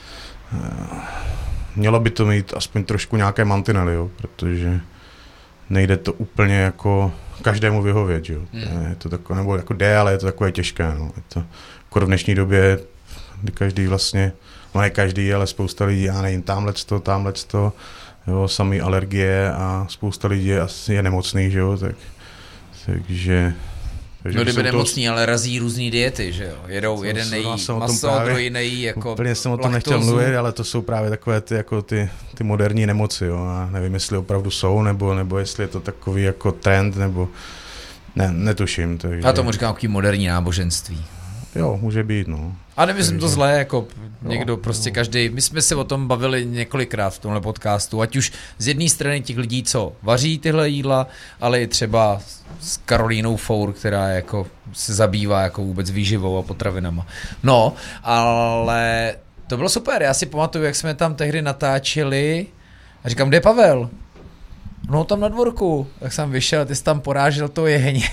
mělo by to mít aspoň trošku nějaké mantinely, jo? Protože nejde to úplně jako každému vyhovět, jo? Hmm. Je to takové, nebo jako jde, ale je to takové těžké. No? Je to jako v dnešní době, kdy každý vlastně, no ne každý, ale spousta lidí, já nevím, támhleto, támhleto, jo, samý alergie a spousta lidí je, je nemocných, že jo, tak, takže... takže no kdyby nemocný, to... ale razí různý diety, že jo, jedou, co, jeden nejí maso, druhý nejí jako úplně jsem o tom nechtěl mluvit, ale to jsou právě takové ty, jako ty, ty moderní nemoci, jo, a nevím, jestli opravdu jsou, nebo, nebo jestli je to takový jako trend, nebo ne, netuším. Takže... Já tomu říkám, jaký moderní náboženství. Jo, může být, no. A nemyslím to zlé, jako někdo jo, prostě jo. každý, my jsme se o tom bavili několikrát v tomhle podcastu, ať už z jedné strany těch lidí, co vaří tyhle jídla, ale i třeba s Karolínou Four, která jako se zabývá jako vůbec výživou a potravinama. No, ale to bylo super, já si pamatuju, jak jsme tam tehdy natáčeli a říkám, kde je Pavel? No tam na dvorku, tak jsem vyšel, ty jsi tam porážel to jehně.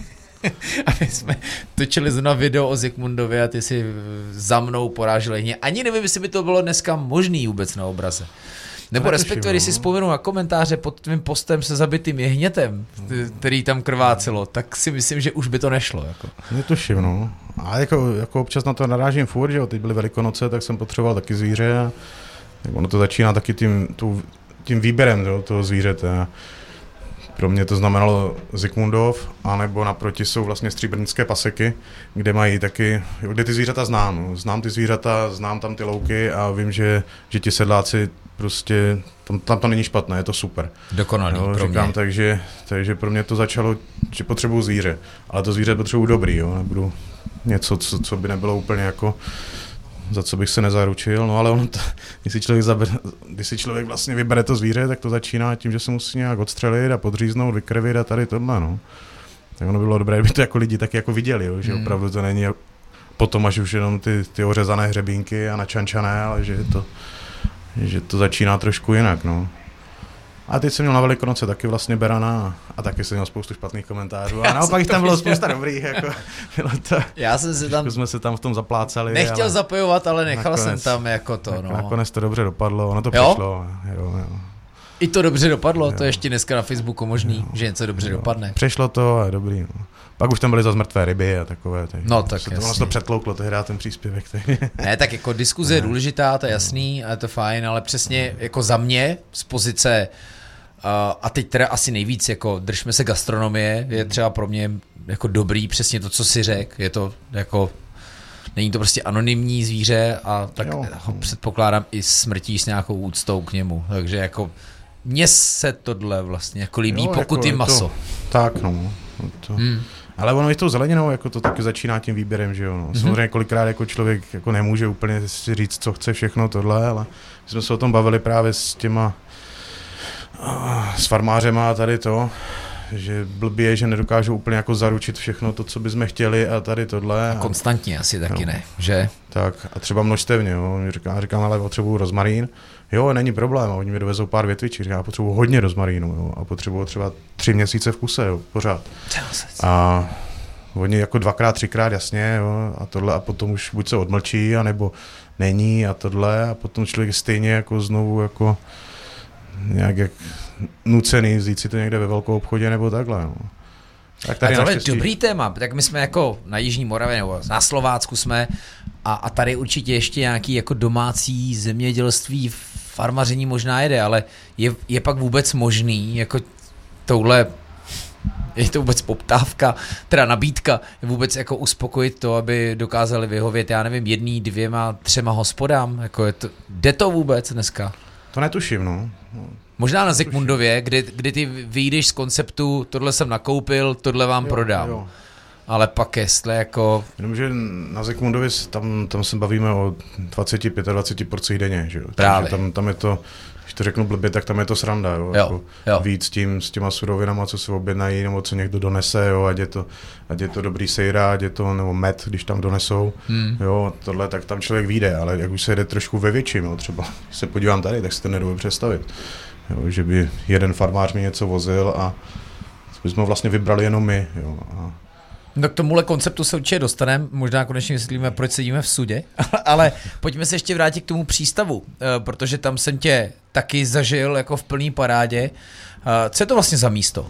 A my jsme točili zrovna video o Zikmundově a ty si za mnou porážel jehně. Ani nevím, jestli by to bylo dneska možný vůbec na obraze. Nebo respektive, když si vzpomenu na komentáře pod tvým postem se zabitým jehnětem, který tam krvácelo, tak si myslím, že už by to nešlo. Jako. Netuším, no. A jako, jako občas na to narážím furt, že jo, teď byly Velikonoce, tak jsem potřeboval taky zvíře a ono to začíná taky tím, tím výběrem jo, toho zvířete. Pro mě to znamenalo Zikmundov, anebo naproti jsou vlastně stříbrnické paseky, kde mají taky, kde ty zvířata znám. Znám ty zvířata, znám tam ty louky a vím, že, že ti sedláci prostě, tam, tam to není špatné, je to super. Dokonalý jo, pro říkám, mě. Takže, takže pro mě to začalo, že potřebuju zvíře, ale to zvíře potřebuju dobrý, jo, nebudu něco, co, co by nebylo úplně jako... za co bych se nezaručil, no ale ono to, když si člověk, zabere, když si člověk vlastně vybere to zvíře, tak to začíná tím, že se musí nějak odstřelit a podříznout, vykrvit a tady tohle, no. Tak ono by bylo dobré, kdyby to jako lidi taky jako viděli, jo, že hmm. opravdu to není potom až už jenom ty, ty ořezané hřebínky a načančané, ale že to, že to začíná trošku jinak, no. A teď jsem měl na Velikonoce taky vlastně berana a taky jsem měl spoustu špatných komentářů. A naopak tam bylo spousta dobrých. Jako, bylo to, já jsem se tam... jsme se tam v tom zaplácali. Nechtěl ale zapojovat, ale nechal nakonec, jsem tam jako to. No. Nakonec to dobře dopadlo, ono to jo? přišlo. Jo, jo. I to dobře dopadlo, jo. To je ještě dneska na Facebooku možný, jo. že něco dobře jo. dopadne. Přešlo to a je dobrý. No. Pak už tam byly zase mrtvé ryby a takové. Takže no tak to, ono se to předklouklo, tehdy ten příspěvek. Ne, tak jako diskuze je důležitá, to je jasný a je to fajn, ale přesně jako za mě z pozice Uh, a teď teda asi nejvíc, jako držme se gastronomie, je třeba pro mě jako dobrý přesně to, co si řekl, je to jako, není to prostě anonymní zvíře a tak jo. ho předpokládám i smrtí s nějakou úctou k němu, takže jako mně se tohle vlastně jako líbí, jo, pokud jako je maso. To, tak no. To. Hmm. Ale ono i tou zeleninou, jako to taky začíná tím výběrem, že jo. No. Mm-hmm. Samozřejmě kolikrát jako člověk jako nemůže úplně si říct, co chce všechno tohle, ale my jsme se o tom bavili právě s těma s farmářema a tady to, že blbě je, že nedokážou úplně jako zaručit všechno to, co bychom chtěli a tady tohle. A konstantně asi taky no. ne, že? Tak a třeba množstevně, jo. Říkám, říkám, ale potřebuju rozmarín. Jo, není problém, a oni mi dovezou pár větviček, já potřebuju hodně rozmarínu, jo, a potřebuju třeba tři měsíce v kuse, jo, pořád. A Oni jako dvakrát, třikrát jasně, jo, a tohle a potom už buď se odmlčí, anebo není a tohle a potom člověk stejně jako znovu jako nějak jak nucený vzít si to někde ve velkou obchodě nebo takhle. No. Tak tady tohle je dobrý téma, tak my jsme jako na Jižní Moravě nebo na Slovácku jsme a, a tady určitě ještě nějaký jako domácí zemědělství, farmaření možná jede, ale je, je pak vůbec možný jako touhle, je to vůbec poptávka, teda nabídka, vůbec jako uspokojit to, aby dokázali vyhovět, já nevím, jedný, dvěma, třema hospodám, jako je to, jde to vůbec dneska? To netuším, no. Možná na Zikmundově, kdy, kdy ty vyjdeš z konceptu, tohle jsem nakoupil, tohle vám jo, prodám. Jo. Ale pak jestli jako... Jenomže na Zikmundově tam, tam se bavíme o dvacet pět dvacet porcích denně, že jo. Právě. Tam, tam je to, když to řeknu blbě, tak tam je to sranda, jo. jo, jako jo. Víc tím, s těma surovinama, co se objednají, nebo co někdo donese, jo, ať je to, ať je to dobrý sejra, ať je to, nebo med, když tam donesou, hmm. jo, tohle, tak tam člověk vyjde, ale jak už se jede trošku ve větším, jo, třeba, když se podívám tady, tak si to nedovedu představit. Jo, že by jeden farmář mi něco vozil a bychom vlastně vybrali jenom my. Jo, a... No k tomuhle konceptu se určitě dostaneme, možná konečně vysvětlíme, proč sedíme v sudě, ale pojďme se ještě vrátit k tomu přístavu, protože tam jsem tě taky zažil jako v plný parádě. Co je to vlastně za místo?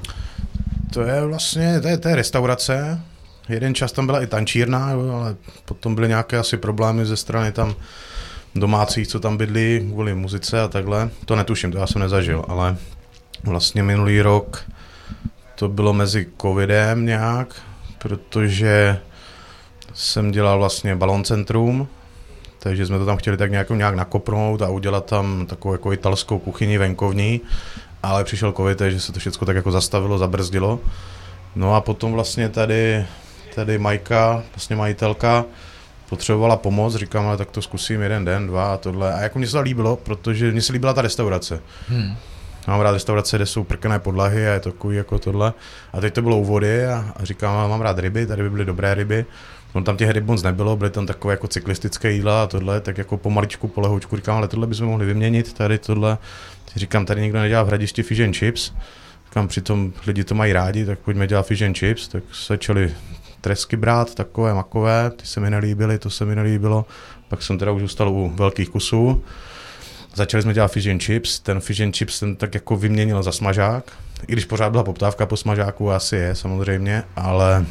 To je vlastně, to je, to je restaurace, jeden čas tam byla i tančírna, jo, ale potom byly nějaké asi problémy ze strany tam domácích, co tam bydlí kvůli muzice a takhle. To netuším, to já jsem nezažil, ale vlastně minulý rok to bylo mezi covidem nějak, protože jsem dělal vlastně Balon Centrum, takže jsme to tam chtěli tak nějak, nějak nakopnout a udělat tam takovou jako italskou kuchyni venkovní, ale přišel covid, takže se to všechno tak jako zastavilo, zabrzdilo. No a potom vlastně tady, tady Majka, vlastně majitelka, potřebovala pomoc, říkám, ale tak to zkusím jeden den, dva a tohle. A jako mně se to líbilo, protože mně se líbila ta restaurace. Hmm. Mám rád restaurace, kde jsou prkené podlahy a je to takový jako tohle. A teď to bylo u vody a, a říkám, mám rád ryby, tady by byly dobré ryby. No tam těch ryb moc nebylo, byly tam takové jako cyklistické jídla a tohle, tak jako pomaličku, polehoučku říkám, ale tohle bychom mohli vyměnit, tady tohle. Říkám, tady nikdo nedělá v Hradišti fish and chips. Říkám, přitom lidi to mají rádi, tak pojďme dělat fish and chips. Tak se začali tresky brát, takové makové, ty se mi nelíbily, to se mi nelíbilo. Pak jsem teda už zůstal u velkých kusů. Začali jsme dělat fish and chips, ten fish and chips jsem tak jako vyměnil za smažák, i když pořád byla poptávka po smažáku, asi je samozřejmě, ale,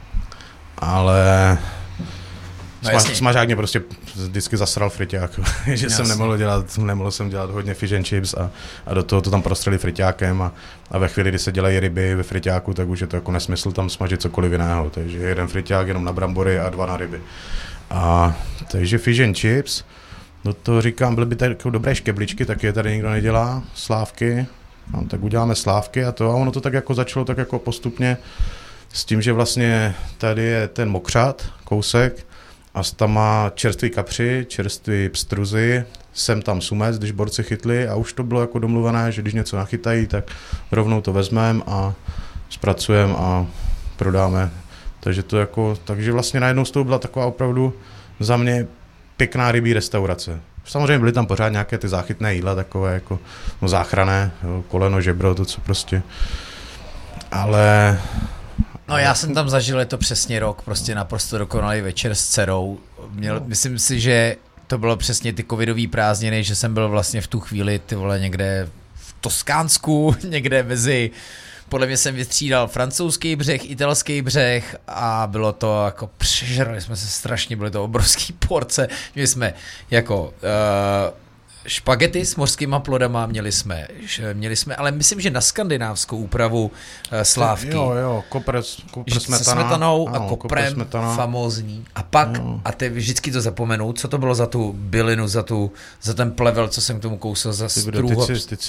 ale no sma, smažák mě prostě vždycky zasral friťák, že jasně. jsem nemohl dělat, nemohl jsem dělat hodně fish and chips a, a do toho to tam prostřeli friťákem a, a ve chvíli, kdy se dělají ryby ve friťáku, tak už je to jako nesmysl tam smažit cokoliv jiného, takže jeden friťák jenom na brambory a dva na ryby. A takže fish and chips, no to říkám, byly by tady jako dobré škebličky, tak je tady nikdo nedělá, slávky, no, tak uděláme slávky a to a ono to tak jako začalo tak jako postupně s tím, že vlastně tady je ten mokřat, kousek a tam má čerstvý kapři, čerstvý pstruzy, sem tam sumec, když borci chytli a už to bylo jako domluvené, že když něco nachytají, tak rovnou to vezmeme a zpracujeme a prodáme. Takže to jako, takže vlastně najednou z toho byla taková opravdu za mě pěkná rybí restaurace. Samozřejmě byly tam pořád nějaké ty záchytné jídla, takové jako no, záchranné, jo, koleno, žebro, to co prostě. Ale... No já jsem tam zažil, je to přesně rok, prostě naprosto dokonalý večer s dcerou. Měl, no. Myslím si, že to bylo přesně ty covidový prázdniny, že jsem byl vlastně v tu chvíli ty vole někde v Toskánsku, někde mezi... Podle mě jsem vystřídal francouzský břeh, italský břeh a bylo to jako, přežrali jsme se strašně, byly to obrovský porce, měli jsme jako uh, špagety s mořskýma plodama, měli jsme, měli jsme, ale myslím, že na skandinávskou úpravu uh, slávky. Jo, jo, kopr, kopr smetana. Se smetanou a ano, koprem, famózní. A pak, jo. A ty vždycky to zapomenou, co to bylo za tu bylinu, za, tu, za ten plevel, co jsem k tomu kousil, za struho.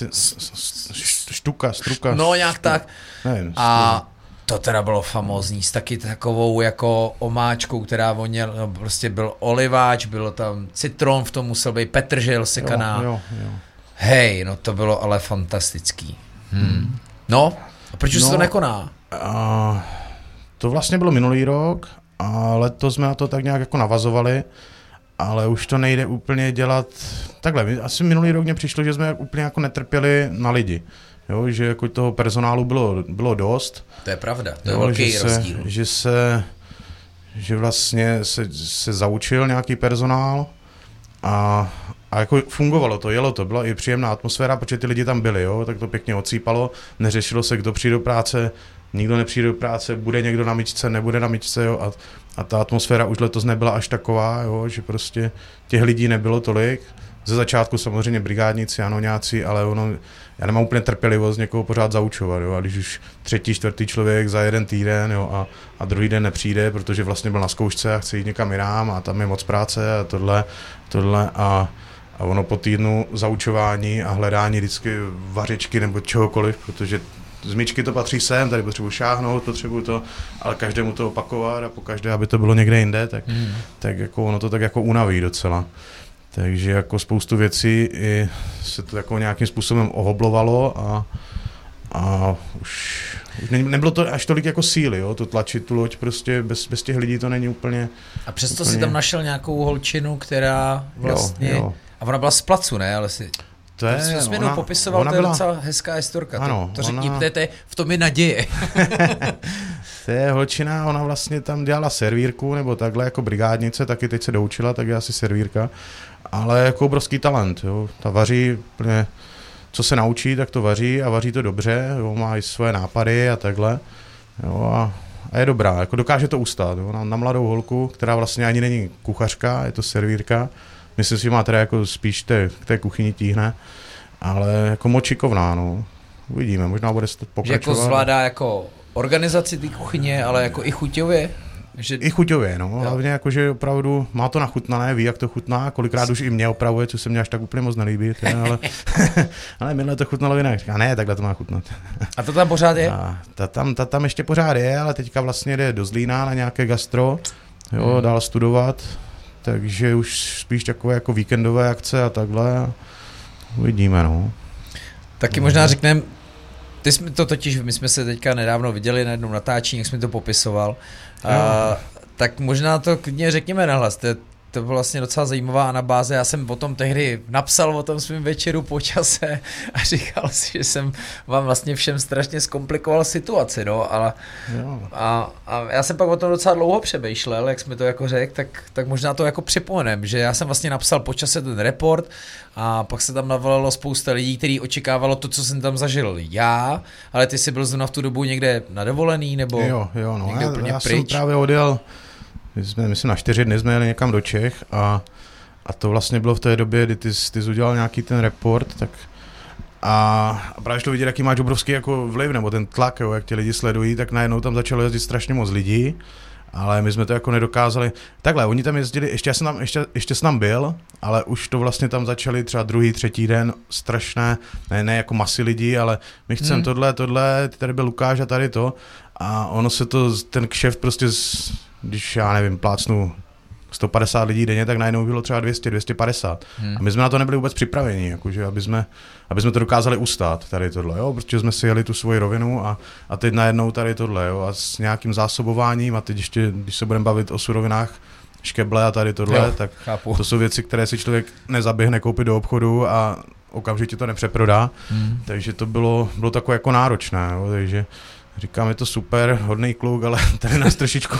Štuka, struka. No nějak tak. Nevím, a to teda bylo famózní, s taky takovou jako omáčkou, která voněl, no prostě byl oliváč, bylo tam citron, v tom musel být petržel sekaná. Jo, jo, jo. Hej, no to bylo ale fantastický. Hmm. No, a proč už no, se to nekoná? Uh, to vlastně bylo minulý rok a letos jsme na to tak nějak jako navazovali, ale už to nejde úplně dělat takhle. Asi minulý rok mě přišlo, že jsme úplně jako netrpěli na lidi. jo, že jako toho personálu bylo, bylo dost. To je pravda, to je jo, velký že rozdíl. Se, že se, že vlastně se, se zaučil nějaký personál a, a jako fungovalo to, jelo to, byla i příjemná atmosféra, protože ty lidi tam byli, jo, tak to pěkně odsýpalo, neřešilo se, kdo přijde do práce, nikdo nepřijde do práce, bude někdo na myčce, nebude na myčce, jo, a, a ta atmosféra už letos nebyla až taková, jo, že prostě těch lidí nebylo tolik. Ze začátku samozřejmě brigádníci, ano, nějací, ale ono, já nemám úplně trpělivost někoho pořád zaučovat, jo, a když už třetí, čtvrtý člověk za jeden týden, jo, a, a druhý den nepřijde, protože vlastně byl na zkoušce a chce jít někam jinam a tam je moc práce a tohle, tohle a, a ono po týdnu zaučování a hledání vždycky vařičky nebo čehokoliv, protože z myčky to patří sem, tady potřebuji šáhnout, potřebuji to, ale každému to opakovat a po každé, aby to bylo někde jinde, tak, mm. tak jako ono to tak jako unaví docela. Takže jako spoustu věcí i se to jako nějakým způsobem ohoblovalo a, a už, už ne, nebylo to až tolik jako síly, jo, to tlačit tu loď, prostě bez, bez těch lidí to není úplně... A přesto úplně... si tam našel nějakou holčinu, která vlastně... Jo, jo. A ona byla z placu, ne? Ale si... To je, to jsi ona, popisoval, ona to je byla... docela hezká historka. Ano, to, to řekni, ona... to je, v tom je naděje. To je holčina, ona vlastně tam dělala servírku, nebo takhle jako brigádnice, taky teď se doučila, tak je asi servírka. Ale jako obrovský talent, jo. Ta vaří plně, co se naučí, tak to vaří a vaří to dobře, jo. Má i svoje nápady a takhle. Jo, a, a je dobrá, jako dokáže to ustát, jo. Na, na mladou holku, která vlastně ani není kuchařka, je to servírka. Myslím si, že má teda jako spíš té, k té kuchyni tíhne, ale jako moc šikovná, no. Uvidíme, možná bude pokračovat. Že jako zvládá jako organizaci té kuchyně, ale jako i chuťově? Že... I chuťově, no, hlavně jako, že opravdu má to nachutnané, ví, jak to chutná, kolikrát už i mě opravuje, co se mě až tak úplně moc nelíbí, teda, ale, ale minule to chutnalo jinak, říká, ne, takhle to má chutnat. A to tam pořád je? A ta tam, ta tam ještě pořád je, ale teďka vlastně jde do Zlína na nějaké gastro, jo, hmm. dál studovat, takže už spíš takové jako víkendové akce a takhle, uvidíme, no. Taky možná řekneme, ty jsme to totiž, my jsme se teďka nedávno viděli na jednom natáčení, jak jsme to popisoval, a, tak možná to klidně řekněme nahlas, to, to bylo vlastně docela zajímavá anabáze, já jsem potom tehdy napsal o tom svým večeru po čase a říkal si, že jsem vám vlastně všem strašně zkomplikoval situaci, no, ale a, a já jsem pak o tom docela dlouho přemýšlel, jak jsme to jako řekl, tak, tak možná to jako připomenem, že já jsem vlastně napsal po čase ten report a pak se tam navolalo spousta lidí, kteří očekávalo to, co jsem tam zažil já, ale ty jsi byl zrovna v tu dobu někde na dovolený, nebo jo, jo, no, někde já, úplně já pryč? jsem právě odjel, my jsme, myslím, na čtyři dny jsme jeli někam do Čech a, a to vlastně bylo v té době, kdy ty, ty jsi udělal nějaký ten report, tak a, a právě šlo vidět, jaký máš obrovský jako vliv, nebo ten tlak, jo, jak ti lidi sledují, tak najednou tam začalo jezdit strašně moc lidí, ale my jsme to jako nedokázali. Takhle, oni tam jezdili, ještě, já jsem tam, ještě, ještě jsem tam byl, ale už to vlastně tam začali třeba druhý, třetí den, strašné, ne, ne jako masy lidí, ale my chceme hmm. tohle, tohle, tady byl Lukáš a tady to a ono se to, ten kšeft prostě, když já nevím, plácnu sto padesát lidí denně, tak najednou bylo třeba dvě stě, dvě stě padesát. Hmm. A my jsme na to nebyli vůbec připraveni, jakože, aby, jsme, aby jsme to dokázali ustát, tady tohle, jo, protože jsme si jeli tu svoji rovinu a, a teď najednou tady tohle, jo, a s nějakým zásobováním a teď ještě, když se budeme bavit o surovinách, škeble a tady tohle, jo, tak chápu. To jsou věci, které si člověk nezaběhne koupit do obchodu a okamžitě to nepřeprodá, hmm. takže to bylo, bylo takové jako náročné, jo, takže říkám, je to super, hodný kluk, ale tady nás trošičku,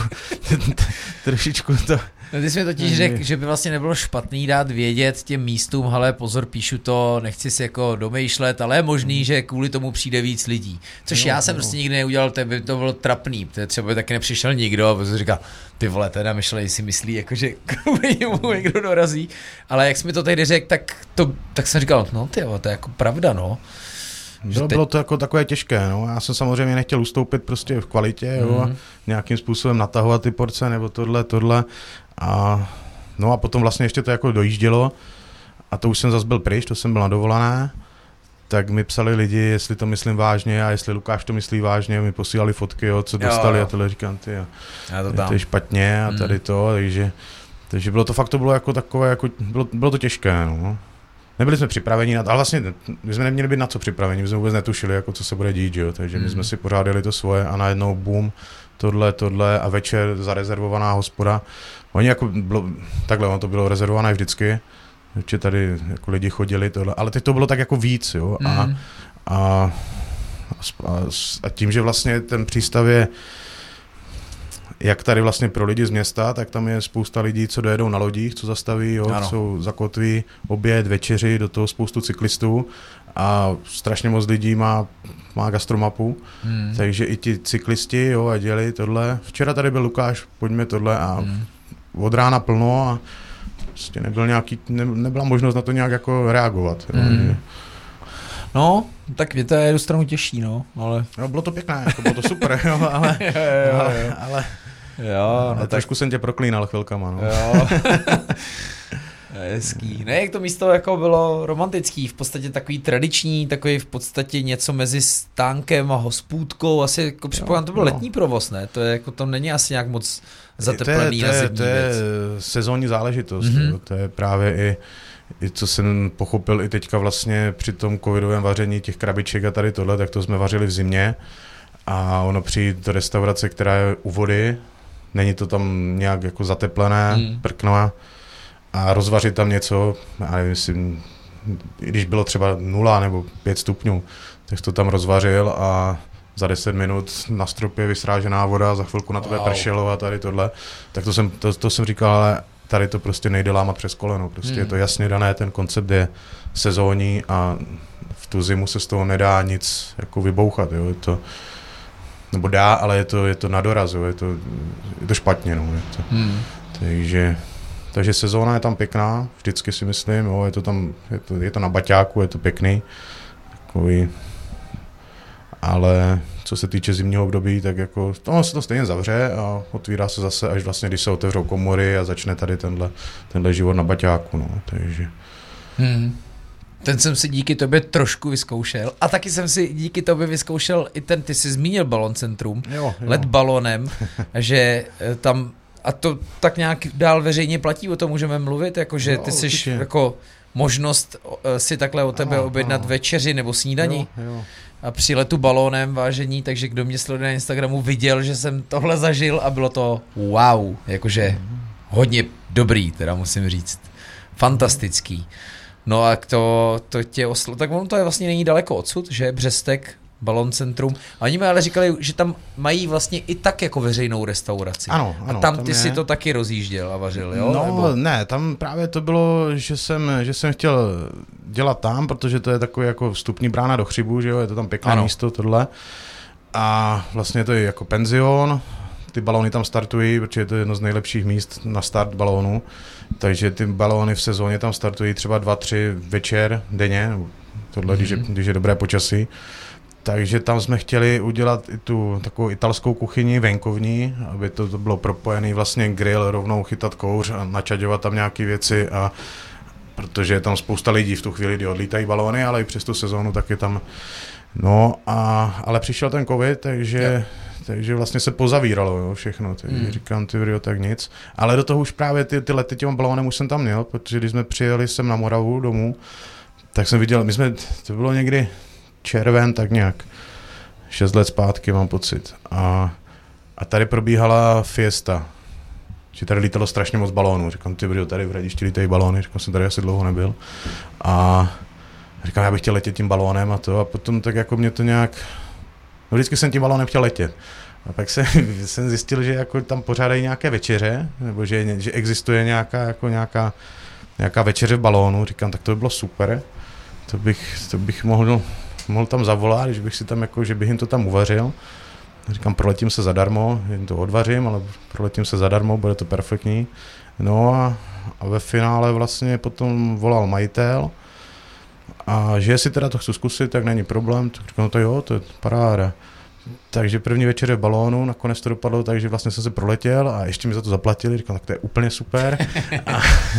trošičku to... No ty jsi mi totiž řekl, že by vlastně nebylo špatný dát vědět těm místům, hele pozor, píšu to, nechci si jako domýšlet, ale je možný, že kvůli tomu přijde víc lidí. Což no, já jsem no. prostě nikdy neudělal, to by to bylo trapný, to třeba by taky nepřišel nikdo a prostě říkal, ty vole, teda myšlej si myslí, jako že kvůli němu někdo dorazí, ale jak jsi mi to tehdy řekl, tak, to, tak jsem říkal, no ty to je jako pravda, no. Bylo, bylo to jako takové těžké, no. Já jsem samozřejmě nechtěl ustoupit prostě v kvalitě, jo, mm. a nějakým způsobem natahovat ty porce, nebo tohle, tohle. A, no a potom vlastně ještě to jako dojíždělo a to už jsem zase byl pryč, to jsem byl na dovolené, tak mi psali lidi, jestli to myslím vážně a jestli Lukáš to myslí vážně, mi posílali fotky, jo, co dostali jo. a tohle říkám, ty, a, to, to je špatně a mm. tady to, takže, takže bylo to fakt, to bylo jako takové, jako, bylo, bylo to těžké, no. Nebyli jsme připraveni na to, ale vlastně my jsme neměli být na co připraveni, my jsme vůbec netušili, jako co se bude dít, jo, takže mm. my jsme si pořádali to svoje a najednou boom, tohle, tohle a večer zarezervovaná hospoda. Oni jako bylo, takhle, ono to bylo rezervované vždycky, že tady jako lidi chodili tohle, ale teď to bylo tak jako víc, jo, a, A, a, a tím, že vlastně ten přístav je jak tady vlastně pro lidi z města, tak tam je spousta lidí, co dojedou na lodích, co zastaví, jo, jsou zakotví, oběd, večeři, do toho spoustu cyklistů a strašně moc lidí má, má gastromapu, hmm. takže i ti cyklisti, jo, a dělali tohle. Včera tady byl Lukáš, pojďme tohle a hmm. od rána plno a prostě nebyl nějaký, ne, nebyla možnost na to nějak jako reagovat. Jo, hmm. No, tak mě to je jednu stranu těžší, no, ale... No, bylo to pěkné, jako bylo to super, jo, ale... jo, jo, ale, jo. ale jo, no tak... trošku jsem tě proklínal chvilkama, no. Jo. Hezký. Ne, jak to místo jako bylo romantický, v podstatě takový tradiční, takový v podstatě něco mezi stánkem a hospůdkou, asi jako připomínám, to byl no. letní provoz, ne? To je jako, tam není asi nějak moc zateplený to je, to je, na zimní to je věc. sezónní záležitost, mm-hmm. to je právě i, i co jsem pochopil i teďka vlastně při tom covidovém vaření těch krabiček a tady tohle, tak to jsme vařili v zimě a ono přijít do restaurace, která je u vody, není to tam nějak jako zateplené, mm. prkno a rozvařit tam něco, já nevím, jestli, když bylo třeba nula nebo pět stupňů, tak to tam rozvařil a za deset minut na stropě vysrážená voda, za chvilku na tebe wow. pršelo a tady tohle, tak to jsem, to, to jsem říkal, ale tady to prostě nejde lámat přes koleno, prostě hmm. je to jasně dané, ten koncept je sezónní a v tu zimu se z toho nedá nic jako vybouchat, jo, je to, nebo dá, ale je to, je to na doraz, jo, je to, je to špatně, no, je to, hmm. takže... Takže sezóna je tam pěkná, vždycky si myslím, jo, je to tam, je to, je to na baťáku, je to pěkný, takový, ale co se týče zimního období, tak jako, to se to stejně zavře a otvírá se zase, až vlastně, když se otevřou komory a začne tady tenhle, tenhle život na baťáku, no, takže. Hmm. Ten jsem si díky tobě trošku vyzkoušel a taky jsem si díky tobě vyzkoušel i ten, ty jsi zmínil Baloncentrum, jo, jo. let balonem, že tam a to tak nějak dál veřejně platí, o tom můžeme mluvit, jakože ty jsi jako možnost si takhle o tebe no, objednat no. večeři nebo snídani jo, jo. a při letu balónem vážení, takže kdo mě sleduje na Instagramu viděl, že jsem tohle zažil a bylo to wow, jakože hodně dobrý, teda musím říct, fantastický. No a to, to tě oslo, tak ono to je vlastně není daleko odsud, že Břestek, Baloncentrum. A oni mi ale říkali, že tam mají vlastně i tak jako veřejnou restauraci. Ano, ano. A tam, tam ty je... si to taky rozjížděl a vařil, jo? No Nebo... ne, tam právě to bylo, že jsem, že jsem chtěl dělat tam, protože to je takový jako vstupní brána do Chřibu, že jo, je to tam pěkné ano. místo, tohle. A vlastně to je jako penzion, ty balóny tam startují, protože je to jedno z nejlepších míst na start balónu, takže ty balóny v sezóně tam startují třeba dva, tři večer denně, tohle, mm-hmm. když, je, když je dobré počasí. Takže tam jsme chtěli udělat i tu takovou italskou kuchyni venkovní, aby to, to bylo propojený vlastně grill, rovnou chytat kouř a načaďovat tam nějaké věci a protože je tam spousta lidí v tu chvíli, kdy odlítají balóny, ale i přes tu sezónu tak je tam, no a, ale přišel ten covid, takže, takže vlastně se pozavíralo, jo, všechno, takže hmm. říkám, ty video, tak nic, ale do toho už právě ty, ty lety těm balónem už jsem tam měl, protože když jsme přijeli sem na Moravu domů, tak jsem viděl, my jsme, to bylo někdy červen, tak nějak šest let zpátky mám pocit. A, a tady probíhala fiesta. Že tady lítalo strašně moc balónů. Říkám, ty bro, tady v Hradišti lítají balóny. Říkám, jsem tady asi dlouho nebyl. A říkám, já bych chtěl letět tím balónem a to. A potom tak jako mě to nějak... No vždycky jsem tím balónem chtěl letět. A pak jsem, jsem zjistil, že jako tam pořádají nějaké večeře, nebo že, že existuje nějaká, jako nějaká, nějaká večeře v balónu. Říkám, tak to by bylo super. To bych, to bych mohl... mohl tam zavolat, že bych si tam jako, že bych jim to tam uvařil. Říkám, proletím se zadarmo, jim to odvařím, ale proletím se zadarmo, bude to perfektní. No a, a ve finále vlastně potom volal majitel a že jestli teda to chci zkusit, tak není problém. Tak říkám, no to jo, to je paráda. Takže první večer je v balónu, nakonec to dopadlo, takže vlastně jsem se proletěl a ještě mi za to zaplatili, říkám, tak to je úplně super. a,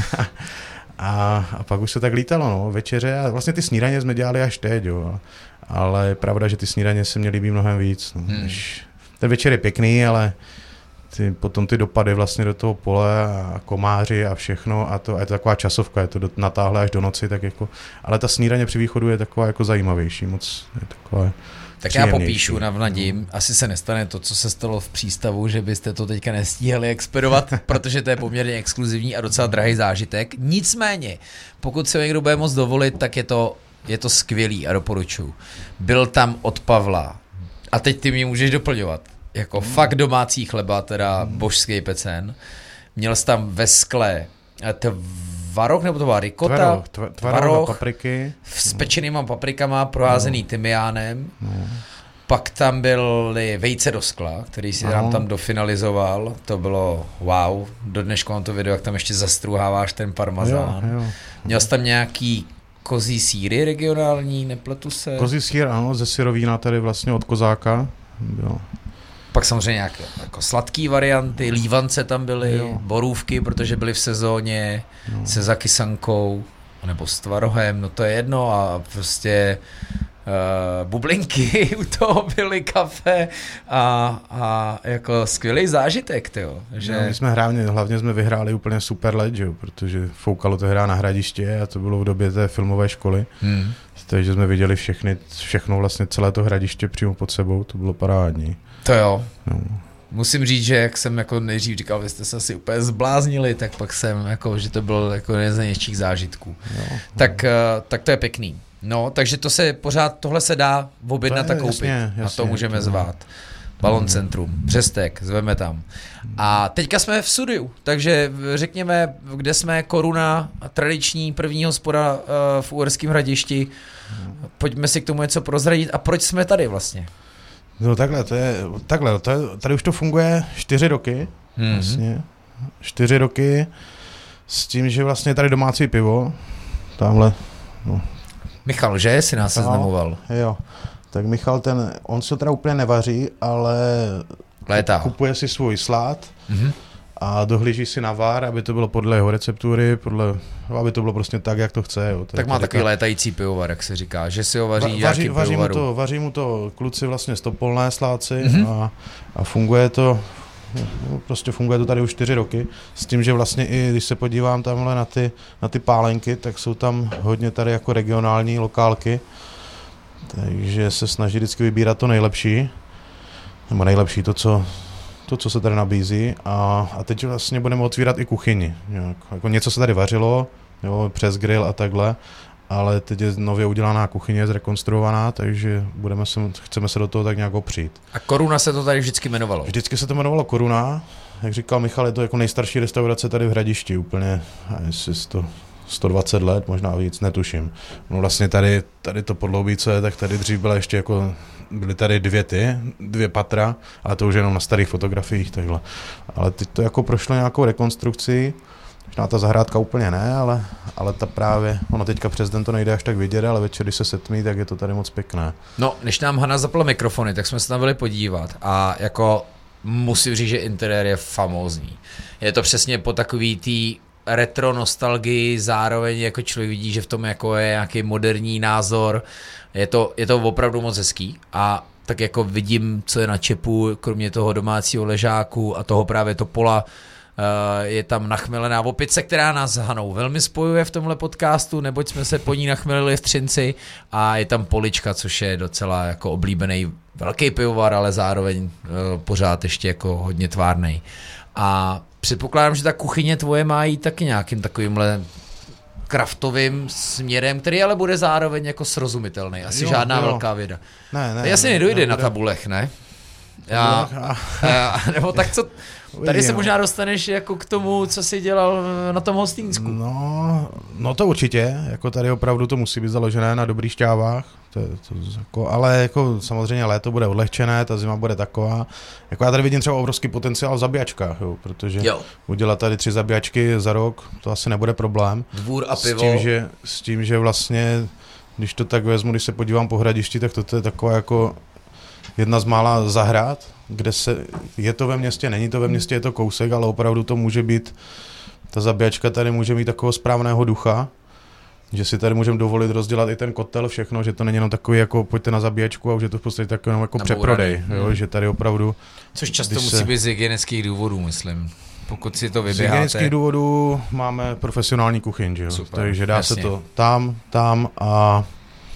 A, a pak už se tak lítalo, no, večeře a vlastně ty snídaně jsme dělali až teď, jo. Ale je pravda, že ty snídaně se mě líbí mnohem víc. No. Hmm. Ten večer je pěkný, ale ty, potom ty dopady vlastně do toho pole a komáři a všechno a to a je to taková časovka, je to do, natáhle až do noci, tak jako, ale ta snídaně při východu je taková jako zajímavější, moc je taková. Tak já popíšu, navnadím. Asi se nestane to, co se stalo v přístavu, že byste to teďka nestíhali expedovat, protože to je poměrně exkluzivní a docela drahý zážitek. Nicméně, pokud se někdo bude moc dovolit, tak je to je to skvělý a doporučuji. Byl tam od Pavla a teď ty mě můžeš doplňovat. Jako mm. fakt domácí chleba, teda mm. božský pecen. Měl jsi tam ve skle tvarok, nebo to byla rikota? Tvarok, tv- tvarok papriky. S pečenýma paprikama, proházený no. tymiánem. No. Pak tam byly vejce do skla, který si nám tam dofinalizoval. To bylo wow. Do dneška mám to video, jak tam ještě zastruháváš ten parmazán. Jo, jo. Měl jsi tam nějaký kozí sýry regionální, nepletu se? Kozí sýr, ano, ze syrovína tady vlastně od kozáka. Jo. Pak samozřejmě nějaké jako sladké varianty, lívance tam byly, jo. borůvky, protože byly v sezóně, jo. se zakysankou, nebo s tvarohem, no to je jedno a prostě uh, bublinky, u toho byly kafe a, a jako skvělý zážitek, tyjo. Že... No, my jsme hlavně, hlavně jsme vyhráli úplně super let, jo, protože foukalo to hra na Hradiště a to bylo v době té filmové školy, hmm. takže jsme viděli všechny, všechno vlastně celé to Hradiště přímo pod sebou, to bylo parádní. To jo. No. Musím říct, že jak jsem jako nejdřív říkal, vy jste se asi úplně zbláznili, tak pak jsem, jako, že to bylo jako jeden z největších zážitků. Jo, tak, jo. tak to je pěkný. No, takže to se pořád, tohle se dá objednat a koupit. Jasně, jasně, a to můžeme to zvát. Balon Centrum, Břestek, zveme tam. A teďka jsme v studiu, takže řekněme, kde jsme, Koruna, tradiční první hospoda uh, v Uherském Hradišti. Pojďme si k tomu něco prozradit. A proč jsme tady vlastně? No takhle, to je, takhle, to je, tady už to funguje čtyři roky, mm-hmm. vlastně, čtyři roky s tím, že vlastně tady domácí pivo, tamhle, no. Michal, že si nás seznamoval? Jo, tak Michal ten, on se teda úplně nevaří, ale Léta. kupuje si svůj slád mm-hmm. a dohlíží si na vár, aby to bylo podle jeho receptury, podle, aby to bylo prostě tak, jak to chce. Jo. Tak má takový ta... létající pivovar, jak se říká, že si ho vaří Va- vaří, vaří, mu to, vaří mu to kluci vlastně stopolné sládci mm-hmm. a, a funguje to, no, prostě funguje to tady už čtyři roky, s tím, že vlastně i když se podívám tamhle na ty, na ty pálenky, tak jsou tam hodně tady jako regionální lokálky, takže se snaží vždycky vybírat to nejlepší, nebo nejlepší to, co to, co se tady nabízí a, a teď vlastně budeme otvírat i kuchyni. Jako, jako něco se tady vařilo, jo, přes grill a takhle, ale teď je nově udělaná kuchyně, zrekonstruovaná, takže budeme se, chceme se do toho tak nějak opřít. A Koruna se to tady vždycky jmenovalo? Vždycky se to jmenovalo Koruna, jak říkal Michal, je to jako nejstarší restaurace tady v Hradišti, úplně, jestli sto, sto dvacet let, možná víc, netuším. No vlastně tady, tady to podloubí, co je, tak tady dřív byla ještě jako byly tady dvě ty, dvě patra, ale to už jenom na starých fotografiích, takhle. Ale teď to jako prošlo nějakou rekonstrukcí, možná ta zahrádka úplně ne, ale, ale ta právě, ono teďka přes den to nejde až tak vidět, ale večer, když se setmí, tak je to tady moc pěkné. No, než nám Hana zapla mikrofony, tak jsme se tam byli podívat a jako musím říct, že interiér je famózní. Je to přesně po takový tý retro nostalgii, zároveň jako člověk vidí, že v tom jako je nějaký moderní názor. Je to, je to opravdu moc hezký a tak jako vidím, co je na čepu, kromě toho domácího ležáku a toho právě topola, je tam nachmelená opice, která nás s Hanou velmi spojuje v tomhle podcastu, neboť jsme se po ní nachmelili v Třinci a je tam polička, což je docela jako oblíbený velký pivovar, ale zároveň pořád ještě jako hodně tvárnej. A předpokládám, že ta kuchyně tvoje má jít taky nějakým takovýmhle kraftovým směrem, který ale bude zároveň jako srozumitelný. Asi jo, žádná jo. velká věda. Ne, ne. To asi nedojde nebude. Na tabulech, ne? Já, já, nebo tak co... Tady se možná dostaneš jako k tomu, co jsi dělal na tom Hostýnsku. No, no to určitě, jako tady opravdu to musí být založené na dobrých šťávách, to, to, jako, ale jako samozřejmě léto bude odlehčené, ta zima bude taková. Jako já tady vidím třeba obrovský potenciál v zabíjačkách, jo, protože jo. udělat tady tři zabíjačky za rok, to asi nebude problém. Dvůr a pivo. S tím, že, s tím, že vlastně, když to tak vezmu, když se podívám po Hradišti, tak to je taková jako jedna z mála zahrad, kde se, je to ve městě, není to ve městě, je to kousek, ale opravdu to může být, ta zabíjačka tady může mít takového správného ducha, že si tady můžeme dovolit rozdělat i ten kotel, všechno, že to není jenom takový, jako pojďte na zabíjačku a už je to v podstatě takový jako přeprodej, jo, hmm. že tady opravdu... Což často musí se... být z hygienických důvodů, myslím. Pokud si to vyběháte. Z hygienických důvodů máme profesionální kuchyň, že jo? Super, takže dá jasně. se to tam, tam a...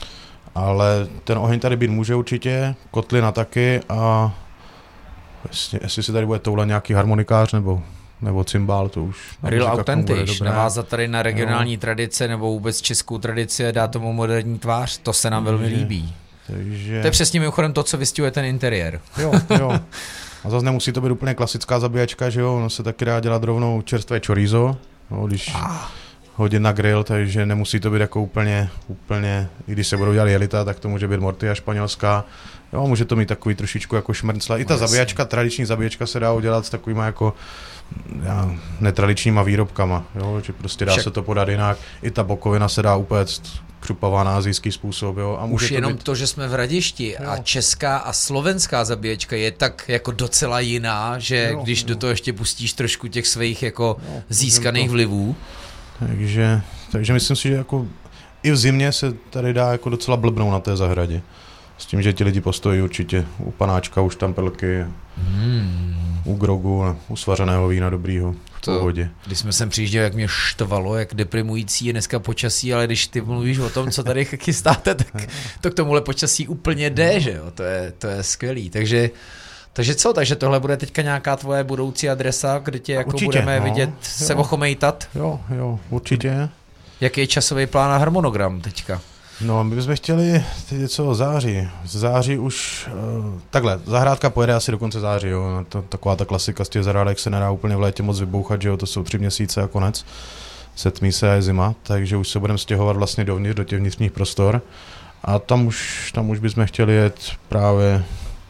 Ale ten oheň tady být může určitě, kotlina taky a jestli, jestli si tady bude toulat nějaký harmonikář nebo nebo cymbál, to už... Real authentic, navázat tady na regionální jo. tradice nebo vůbec českou tradici a dát tomu moderní tvář, to se nám takže, velmi líbí. Takže... To je přesně mimochodem to, co vystihuje ten interiér. Jo, jo. A zase nemusí to být úplně klasická zabíjačka, že jo, ono se taky dá dělat rovnou čerstvé chorizo, no, když ah. hodit na grill, takže nemusí to být jako úplně, úplně, i když se budou dělat jelita, tak to může být mortilla španělská, jo, může to mít takový trošičku jako šmrncla. I ta zabíjačka, tradiční zabíjačka se dá udělat s takovýma jako já, netradičníma výrobkama, jo, že prostě dá Však... se to podat jinak. I ta bokovina se dá upéct křupavá na asijský způsob, jo. A už to jenom být... to, že jsme v Hradišti jo. a česká a slovenská zabíječka je tak jako docela jiná, že jo, když jo. do toho ještě pustíš trošku těch svých jako jo, získaných to... vlivů. Takže, takže myslím si, že jako i v zimě se tady dá jako docela blbnout na té zahradě. S tím, že ti lidi postojí určitě u panáčka, u štampelky, hmm. u grogu, u svařeného vína dobrýho v pohodě. Když jsme sem přijížděli, jak mě štvalo, jak deprimující je dneska počasí, ale když ty mluvíš o tom, co tady chystáte, tak to k tomuhle počasí úplně jde, že jo? To je, to je skvělý. Takže, takže co? Takže tohle bude teďka nějaká tvoje budoucí adresa, kde tě jako určitě, budeme no, vidět jo. se ochomejtat? Jo, jo, určitě. Jaký je časový plán a harmonogram teďka? No, my bychom chtěli teď co září. Z září už, uh, takhle, zahrádka pojede asi do konce září, jo. To, taková ta klasika z těch zahrádek se nedá úplně v létě moc vybouchat, že jo, to jsou tři měsíce a konec. Setmí se a je zima, takže už se budeme stěhovat vlastně dovnitř, do těch vnitřních prostor. A tam už, tam už bychom chtěli jet právě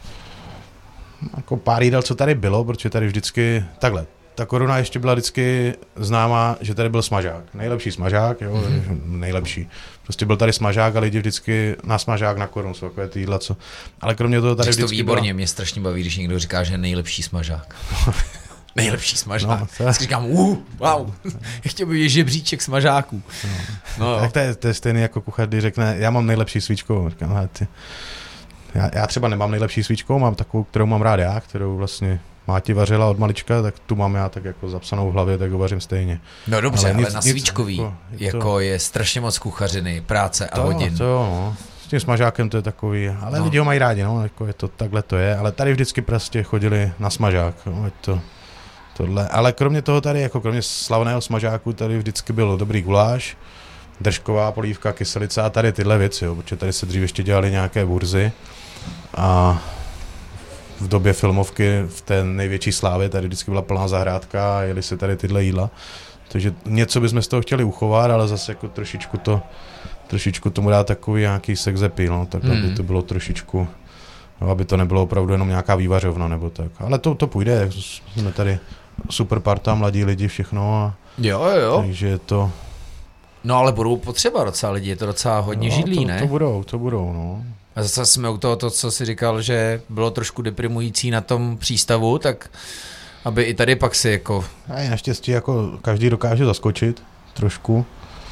jako pár jídel, co tady bylo, protože tady vždycky, takhle, ta Koruna ještě byla vždycky známá, že tady byl smažák. Nejlepší smažák, jo, mm-hmm. nejlepší. Prostě byl tady smažák a lidi vždycky na smažák na Korunu, jsou takové ty jídla, co... Ale kromě toho tady vždycky to výborně, byla... mě strašně baví, když někdo říká, že je nejlepší smažák. Nejlepší smažák. No, to... říkám, uh, wow, chtěl bych žebříček smažáků. No. No. Tak to je, to je stejný jako kuchař, když řekne, já mám nejlepší svíčkou. Říkám, ty... já, já třeba nemám nejlepší svíčkou, mám takovou, kterou mám rád já, kterou vlastně Máti vařila od malička, tak tu mám já tak jako zapsanou v hlavě, tak ho vařím stejně. No dobře, ale, ale nic, na svíčkový nic, jako, jako to... je strašně moc kuchařiny, práce a to, hodin. To jo, no. S tím smažákem to je takový, ale no. lidi ho mají rádi, no, jako je to, takhle to je, ale tady vždycky prostě chodili na smažák, no, je to tohle. Ale kromě toho tady, jako kromě slavného smažáku, tady vždycky byl dobrý guláš, držková polívka, kyselica a tady tyhle věci, jo, protože tady se dřív ještě dělaly nějaké burzy a v době filmovky v té největší slávě tady vždycky byla plná zahrádka a jeli se tady tyhle jídla. Takže něco bychom z toho chtěli uchovat, ale zase jako trošičku to, trošičku tomu dát takový nějaký sex appeal, no, tak mm. aby to bylo trošičku, no, aby to nebylo opravdu jenom nějaká vývařovna nebo tak. Ale to, to půjde, jsme tady super parta, mladí lidi, všechno. A jo, jo. Takže je to... No ale budou potřeba docela lidi, je to docela hodně no, židlí, to, ne? To budou, to budou, no. A zase jsme u toho, to, co jsi říkal, že bylo trošku deprimující na tom přístavu, tak aby i tady pak si jako... A naštěstí jako každý dokáže zaskočit trošku.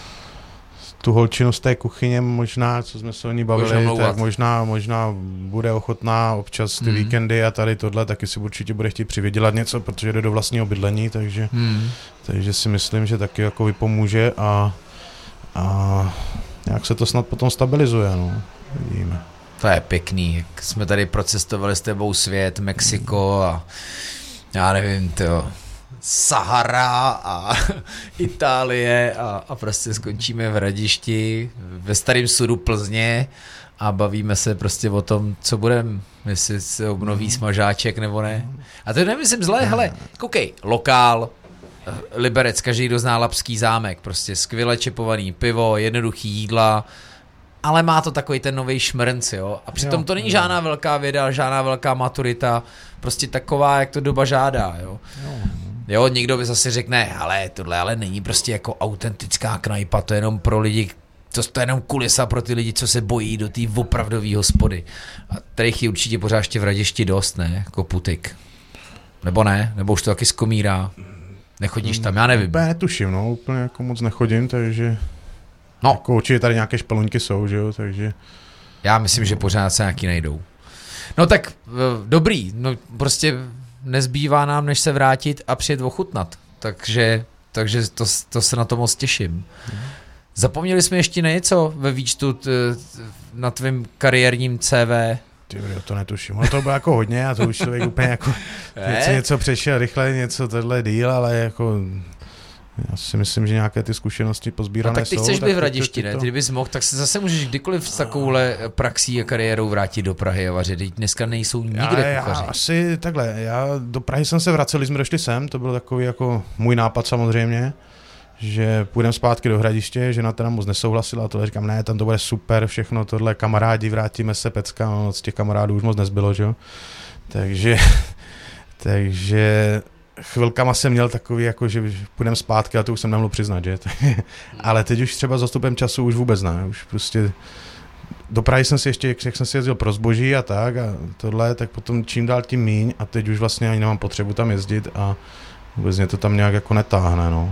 Tu holčinu z té kuchyně možná, co jsme se o ní bavili, tak možná, možná bude ochotná občas ty mm. víkendy a tady tohle, taky si určitě bude chtít přivydělat něco, protože jde do vlastního bydlení, takže, mm. takže si myslím, že taky jako vypomůže a, a nějak se to snad potom stabilizuje, no. Vidíme. To je pěkný, jak jsme tady procestovali s tebou svět, Mexiko a já nevím, to Sahara a Itálie a, a prostě skončíme v Hradišti, ve starém sudu Plzně a bavíme se prostě o tom, co budeme, jestli se obnoví smažáček nebo ne. A to nemyslím zlé, hele, koukej, lokál, Liberec, každý, kdo zná Lapský zámek, prostě skvěle čepovaný pivo, jednoduchý jídla, ale má to takový ten novej šmrnc, jo. A přitom to není žádná velká věda, žádná velká maturita, prostě taková, jak to doba žádá, jo. Jo, někdo by zase řekne, ale tohle ale není prostě jako autentická knajpa, to je jenom pro lidi, to, to je jenom kulisa pro ty lidi, co se bojí do té opravdové hospody. A tady je určitě pořád ještě v Hradišti dost, ne, jako putik. Nebo ne, nebo už to taky skomírá. Nechodíš tam, já nevím. Úplně netuším, no, úplně jako moc nechodím, takže... No. Jako určitě tady nějaké špeluňky jsou, že jo, takže... Já myslím, že pořád se nějaký najdou. No tak, dobrý, no prostě nezbývá nám, než se vrátit a přijet ochutnat. Takže, takže to, to se na to moc těším. Zapomněli jsme ještě na něco ve výčtu t, na tvém kariérním C V? Ty bro, to netuším. Ono to bylo jako hodně a to už člověk úplně jako něco, něco přešel rychle, něco tohle díl, ale jako já si myslím, že nějaké ty zkušenosti pozbírané jsou. No tak ty jsou, chceš tak být v Hradišti, to... ne? Ty kdybys mohl, tak se zase můžeš kdykoliv s takovouhle praxí a kariérou vrátit do Prahy a vařit. Dneska nejsou nikde já, kuchaři. Já asi takhle, já do Prahy jsem se vracel, když jsme došli sem, to byl takový jako můj nápad samozřejmě, že půjdeme zpátky do Hradiště, žena teda moc nesouhlasila a tohle říkám, ne, tam to bude super, všechno tohle, kamarádi, vrátíme se, pecka, no, z těch kamarádů už moc nezbylo, že jo. Takže, takže chvilkama jsem měl takový, jako, že půjdeme zpátky a to už jsem nemohl přiznat, že? Ale teď už třeba s dostupem času už vůbec ne, už prostě do Prahy jsem si ještě, jak jsem si jezdil pro zboží a tak a tohle, tak potom čím dál tím míň a teď už vlastně ani nemám potřebu tam jezdit a vůbec mě to tam nějak jako netáhne, no.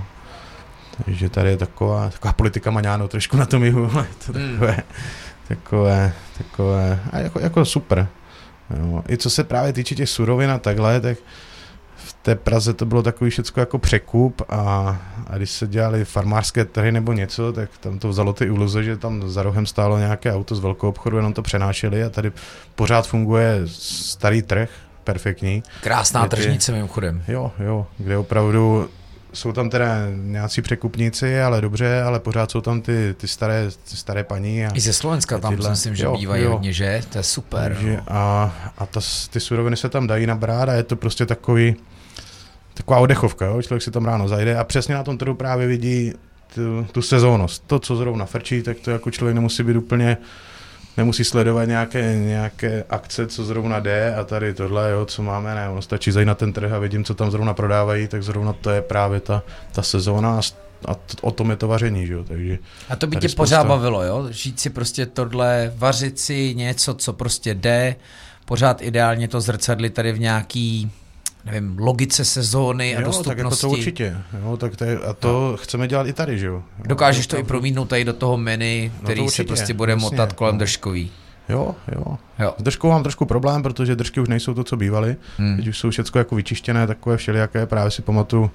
Takže tady je taková, taková politika maňáno trošku na tom jihu, to takové, hmm. takové, takové, a jako, jako super. Jo. I co se právě týče těch surovin a takhle, tak v té Praze to bylo takový všecko jako překup a, a když se dělali farmářské trhy nebo něco, tak tam to vzalo ty iluze, že tam za rohem stálo nějaké auto z velkou obchodu, jenom to přenášeli a tady pořád funguje starý trh, perfektní. Krásná tržnice mimochodem. Jo, jo, kde opravdu jsou tam teda nějací překupníci, ale dobře, ale pořád jsou tam ty, ty, staré, ty staré paní. A i ze Slovenska tam tyhle, myslím, že jo, bývají jo. hodně, že? To je super. Takže a a ta, ty suroviny se tam dají nabrat a je to prostě takový, taková oddechovka, jo? Člověk si tam ráno zajde a přesně na tom trhu právě vidí tu, tu sezónnost. To, co zrovna frčí, tak to jako člověk nemusí být úplně, nemusí sledovat nějaké, nějaké akce, co zrovna jde a tady tohle, jo, co máme, ne, ono stačí zajít na ten trh a vidím, co tam zrovna prodávají, tak zrovna to je právě ta, ta sezóna a, a o tom je to vaření, že jo, takže. A to by tě spousta... pořád bavilo, jo, žít si prostě tohle, vařit si něco, co prostě jde, pořád ideálně to zrcadlit tady v nějaký, nevím, logice sezóny jo, a dostupnosti. Tak jako to určitě, jo, tak to je, a to jo. chceme dělat i tady, že jo. Dokážeš to, to i promítnout tady do toho menu, který no to určitě, se prostě bude vlastně motat kolem no. držkový. Jo, jo, jo. S držkou mám trošku problém, protože držky už nejsou to, co bývaly. Hmm. Teď už jsou všechno jako vyčištěné, takové všelijaké, právě si pamatuju,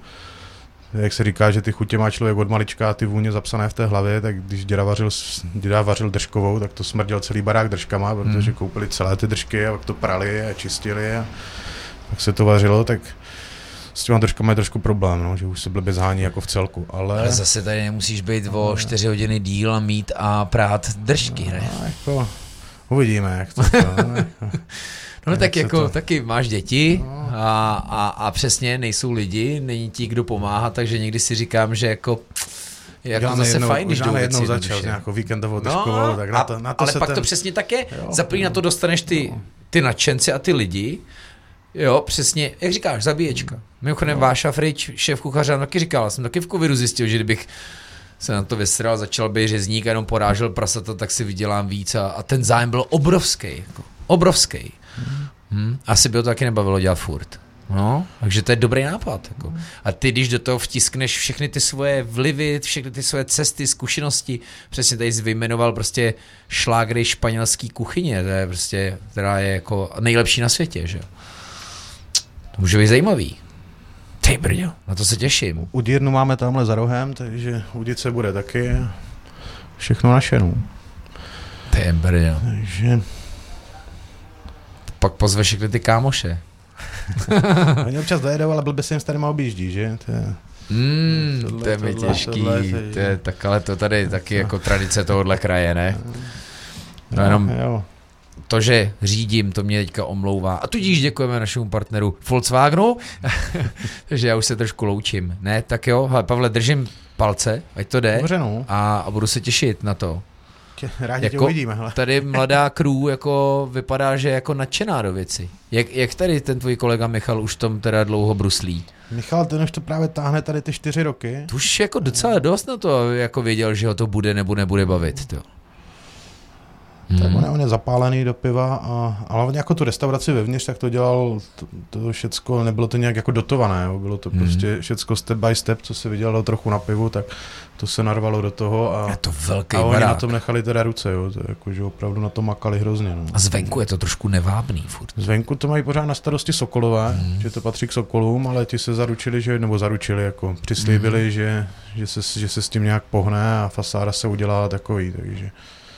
jak se říká, že ty chutě má člověk od malička a ty vůně zapsané v té hlavě, tak když děda vařil, děda vařil držkovou, tak to smrděl celý barák držkama, protože hmm. koupili celé ty držky a pak to prali a čistili a tak se to vařilo, tak s těma držkama je trošku problém, no, že už se blbě zhání jako v celku, ale... Ale zase tady nemusíš být o čtyři hodiny díl a mít a prát držky, ne? No, jako, uvidíme, jak to... No, jako, no tak jako to... taky máš děti a, a, a přesně nejsou lidi, není ti kdo pomáhá, takže někdy si říkám, že jako... Je jako zase jednou, fajn, když jdou věci jednou začal s nějakou víkendovou držkovou, no, tak na to, na to ale se pak ten... to přesně tak je, jo, zaprý jo. na to dostaneš ty, ty nadšenci a ty lidi. Jo, přesně, jak říkáš, zabíječka. Mimochodem Váša Frič, šéf kuchaře, taky říkal, jsem taky v covidu zjistil, že kdybych se na to vysral, začal být řezník a jenom porážel prasata, tak si vydělám víc a, a ten zájem byl obrovský, jako, obrovský. Hmm. Hmm. Asi by ho to taky nebavilo dělat furt. No, takže to je dobrý nápad. Jako. A ty, když do toho vtiskneš všechny ty svoje vlivy, všechny ty svoje cesty, zkušenosti, přesně tady jsi vyjmenoval prostě šlágry španělský kuchyně, to je prostě, která je jako nejlepší na světě, že jo. To může být zajímavý. Ty brďo, na to se těším. U Dírnu máme tamhle za rohem, takže u Dice bude taky všechno naše, no. Ty brďo. Takže... Pak pozve všechny ty kámoše. Oni občas dojedou, ale blbě se jim s tadyma objíždí, že? To je, mm, tohle, to je mi těžký. Tohle, tohle, to je, tak, ale to tady taky jako tradice tohohle kraje, ne? No jenom jo. To, že řídím, to mě teďka omlouvá. A tudíž děkujeme našemu partneru Volkswagenu. Takže já už se trošku loučím. Ne, tak jo, hele, Pavle, držím palce, ať to jde. Dobře, no. a, a budu se těšit na to. Tě, rádi jako, tě uvidíme. Hele. Tady mladá crew jako vypadá, že jako nadšená do věci. Jak, jak tady ten tvůj kolega Michal už tom teda dlouho bruslí? Michal, ten už to právě táhne tady ty čtyři roky. Tu už jako docela dost na to jako věděl, že ho to bude nebo nebude bavit. To. Tak on je, on je zapálený do piva, a, ale jako tu restauraci vevnitř, tak to dělal, to, to všecko, nebylo to nějak jako dotované, jo, bylo to hmm. prostě všecko step by step, co se vydělalo trochu na pivu, tak to se narvalo do toho a, je to velký a oni barák. Na tom nechali teda ruce, jo, to jako, že opravdu na to makali hrozně. No. A zvenku je to trošku nevábný furt. Zvenku to mají pořád na starosti Sokolové, hmm. že to patří k Sokolům, ale ti se zaručili, že, nebo zaručili, jako přislíbili, hmm. že, že, se, že se s tím nějak pohne a fasáda se udělá takový, takže...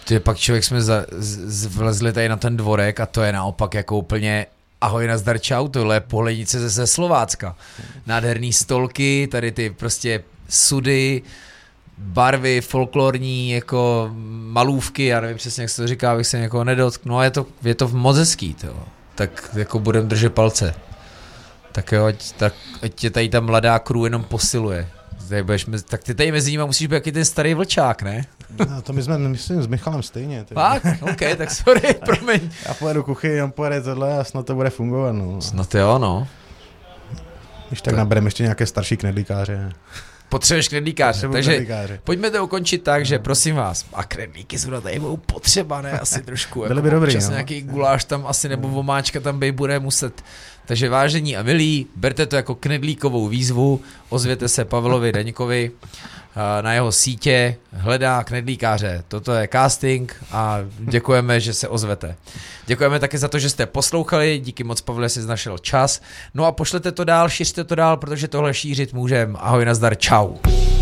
Ty pak člověk jsme za, z, vlezli tady na ten dvorek a to je naopak jako úplně ahoj nazdar čau, tohle je pohlednice ze, ze Slovácka. Nádherný stolky, tady ty prostě sudy, barvy, folklorní, jako malůvky, já nevím přesně, jak se to říká, abych se někoho nedotkl, no a je to, je to moc hezký, to. Tak jako budem držet palce. Tak jo, ať, tak, ať tě tady ta mladá crew jenom posiluje. Budeš, tak ty tady mezi nimi musíš být jaký ten starý vlčák, ne? No, to my jsme, myslím, s Michalem stejně. Fakt? OK, tak sorry, promiň. Já pojedu kuchyni, on pojede tohle a snad to bude fungovat. No. Snad jo, no. Když tak to... nabereme ještě nějaké starší knedlíkáře. Potřebuješ knedlíkáře, takže knedlíkáře. Pojďme to ukončit tak, že prosím vás, a knedlíky jsou tady budou potřeba, ne, asi trošku. Byly by dobrý, no. Nějaký guláš tam asi, nebo vomáčka tam by bude muset. Takže vážení a milí, berte to jako knedlíkovou výzvu, ozvěte se Pavelovi Daňkovi na jeho sítě, hledá knedlíkáře. Toto je casting a děkujeme, že se ozvete. Děkujeme také za to, že jste poslouchali, díky moc Pavle, jsi našel čas. No a pošlete to dál, šiřte to dál, protože tohle šířit můžem. Ahoj, nazdar, čau.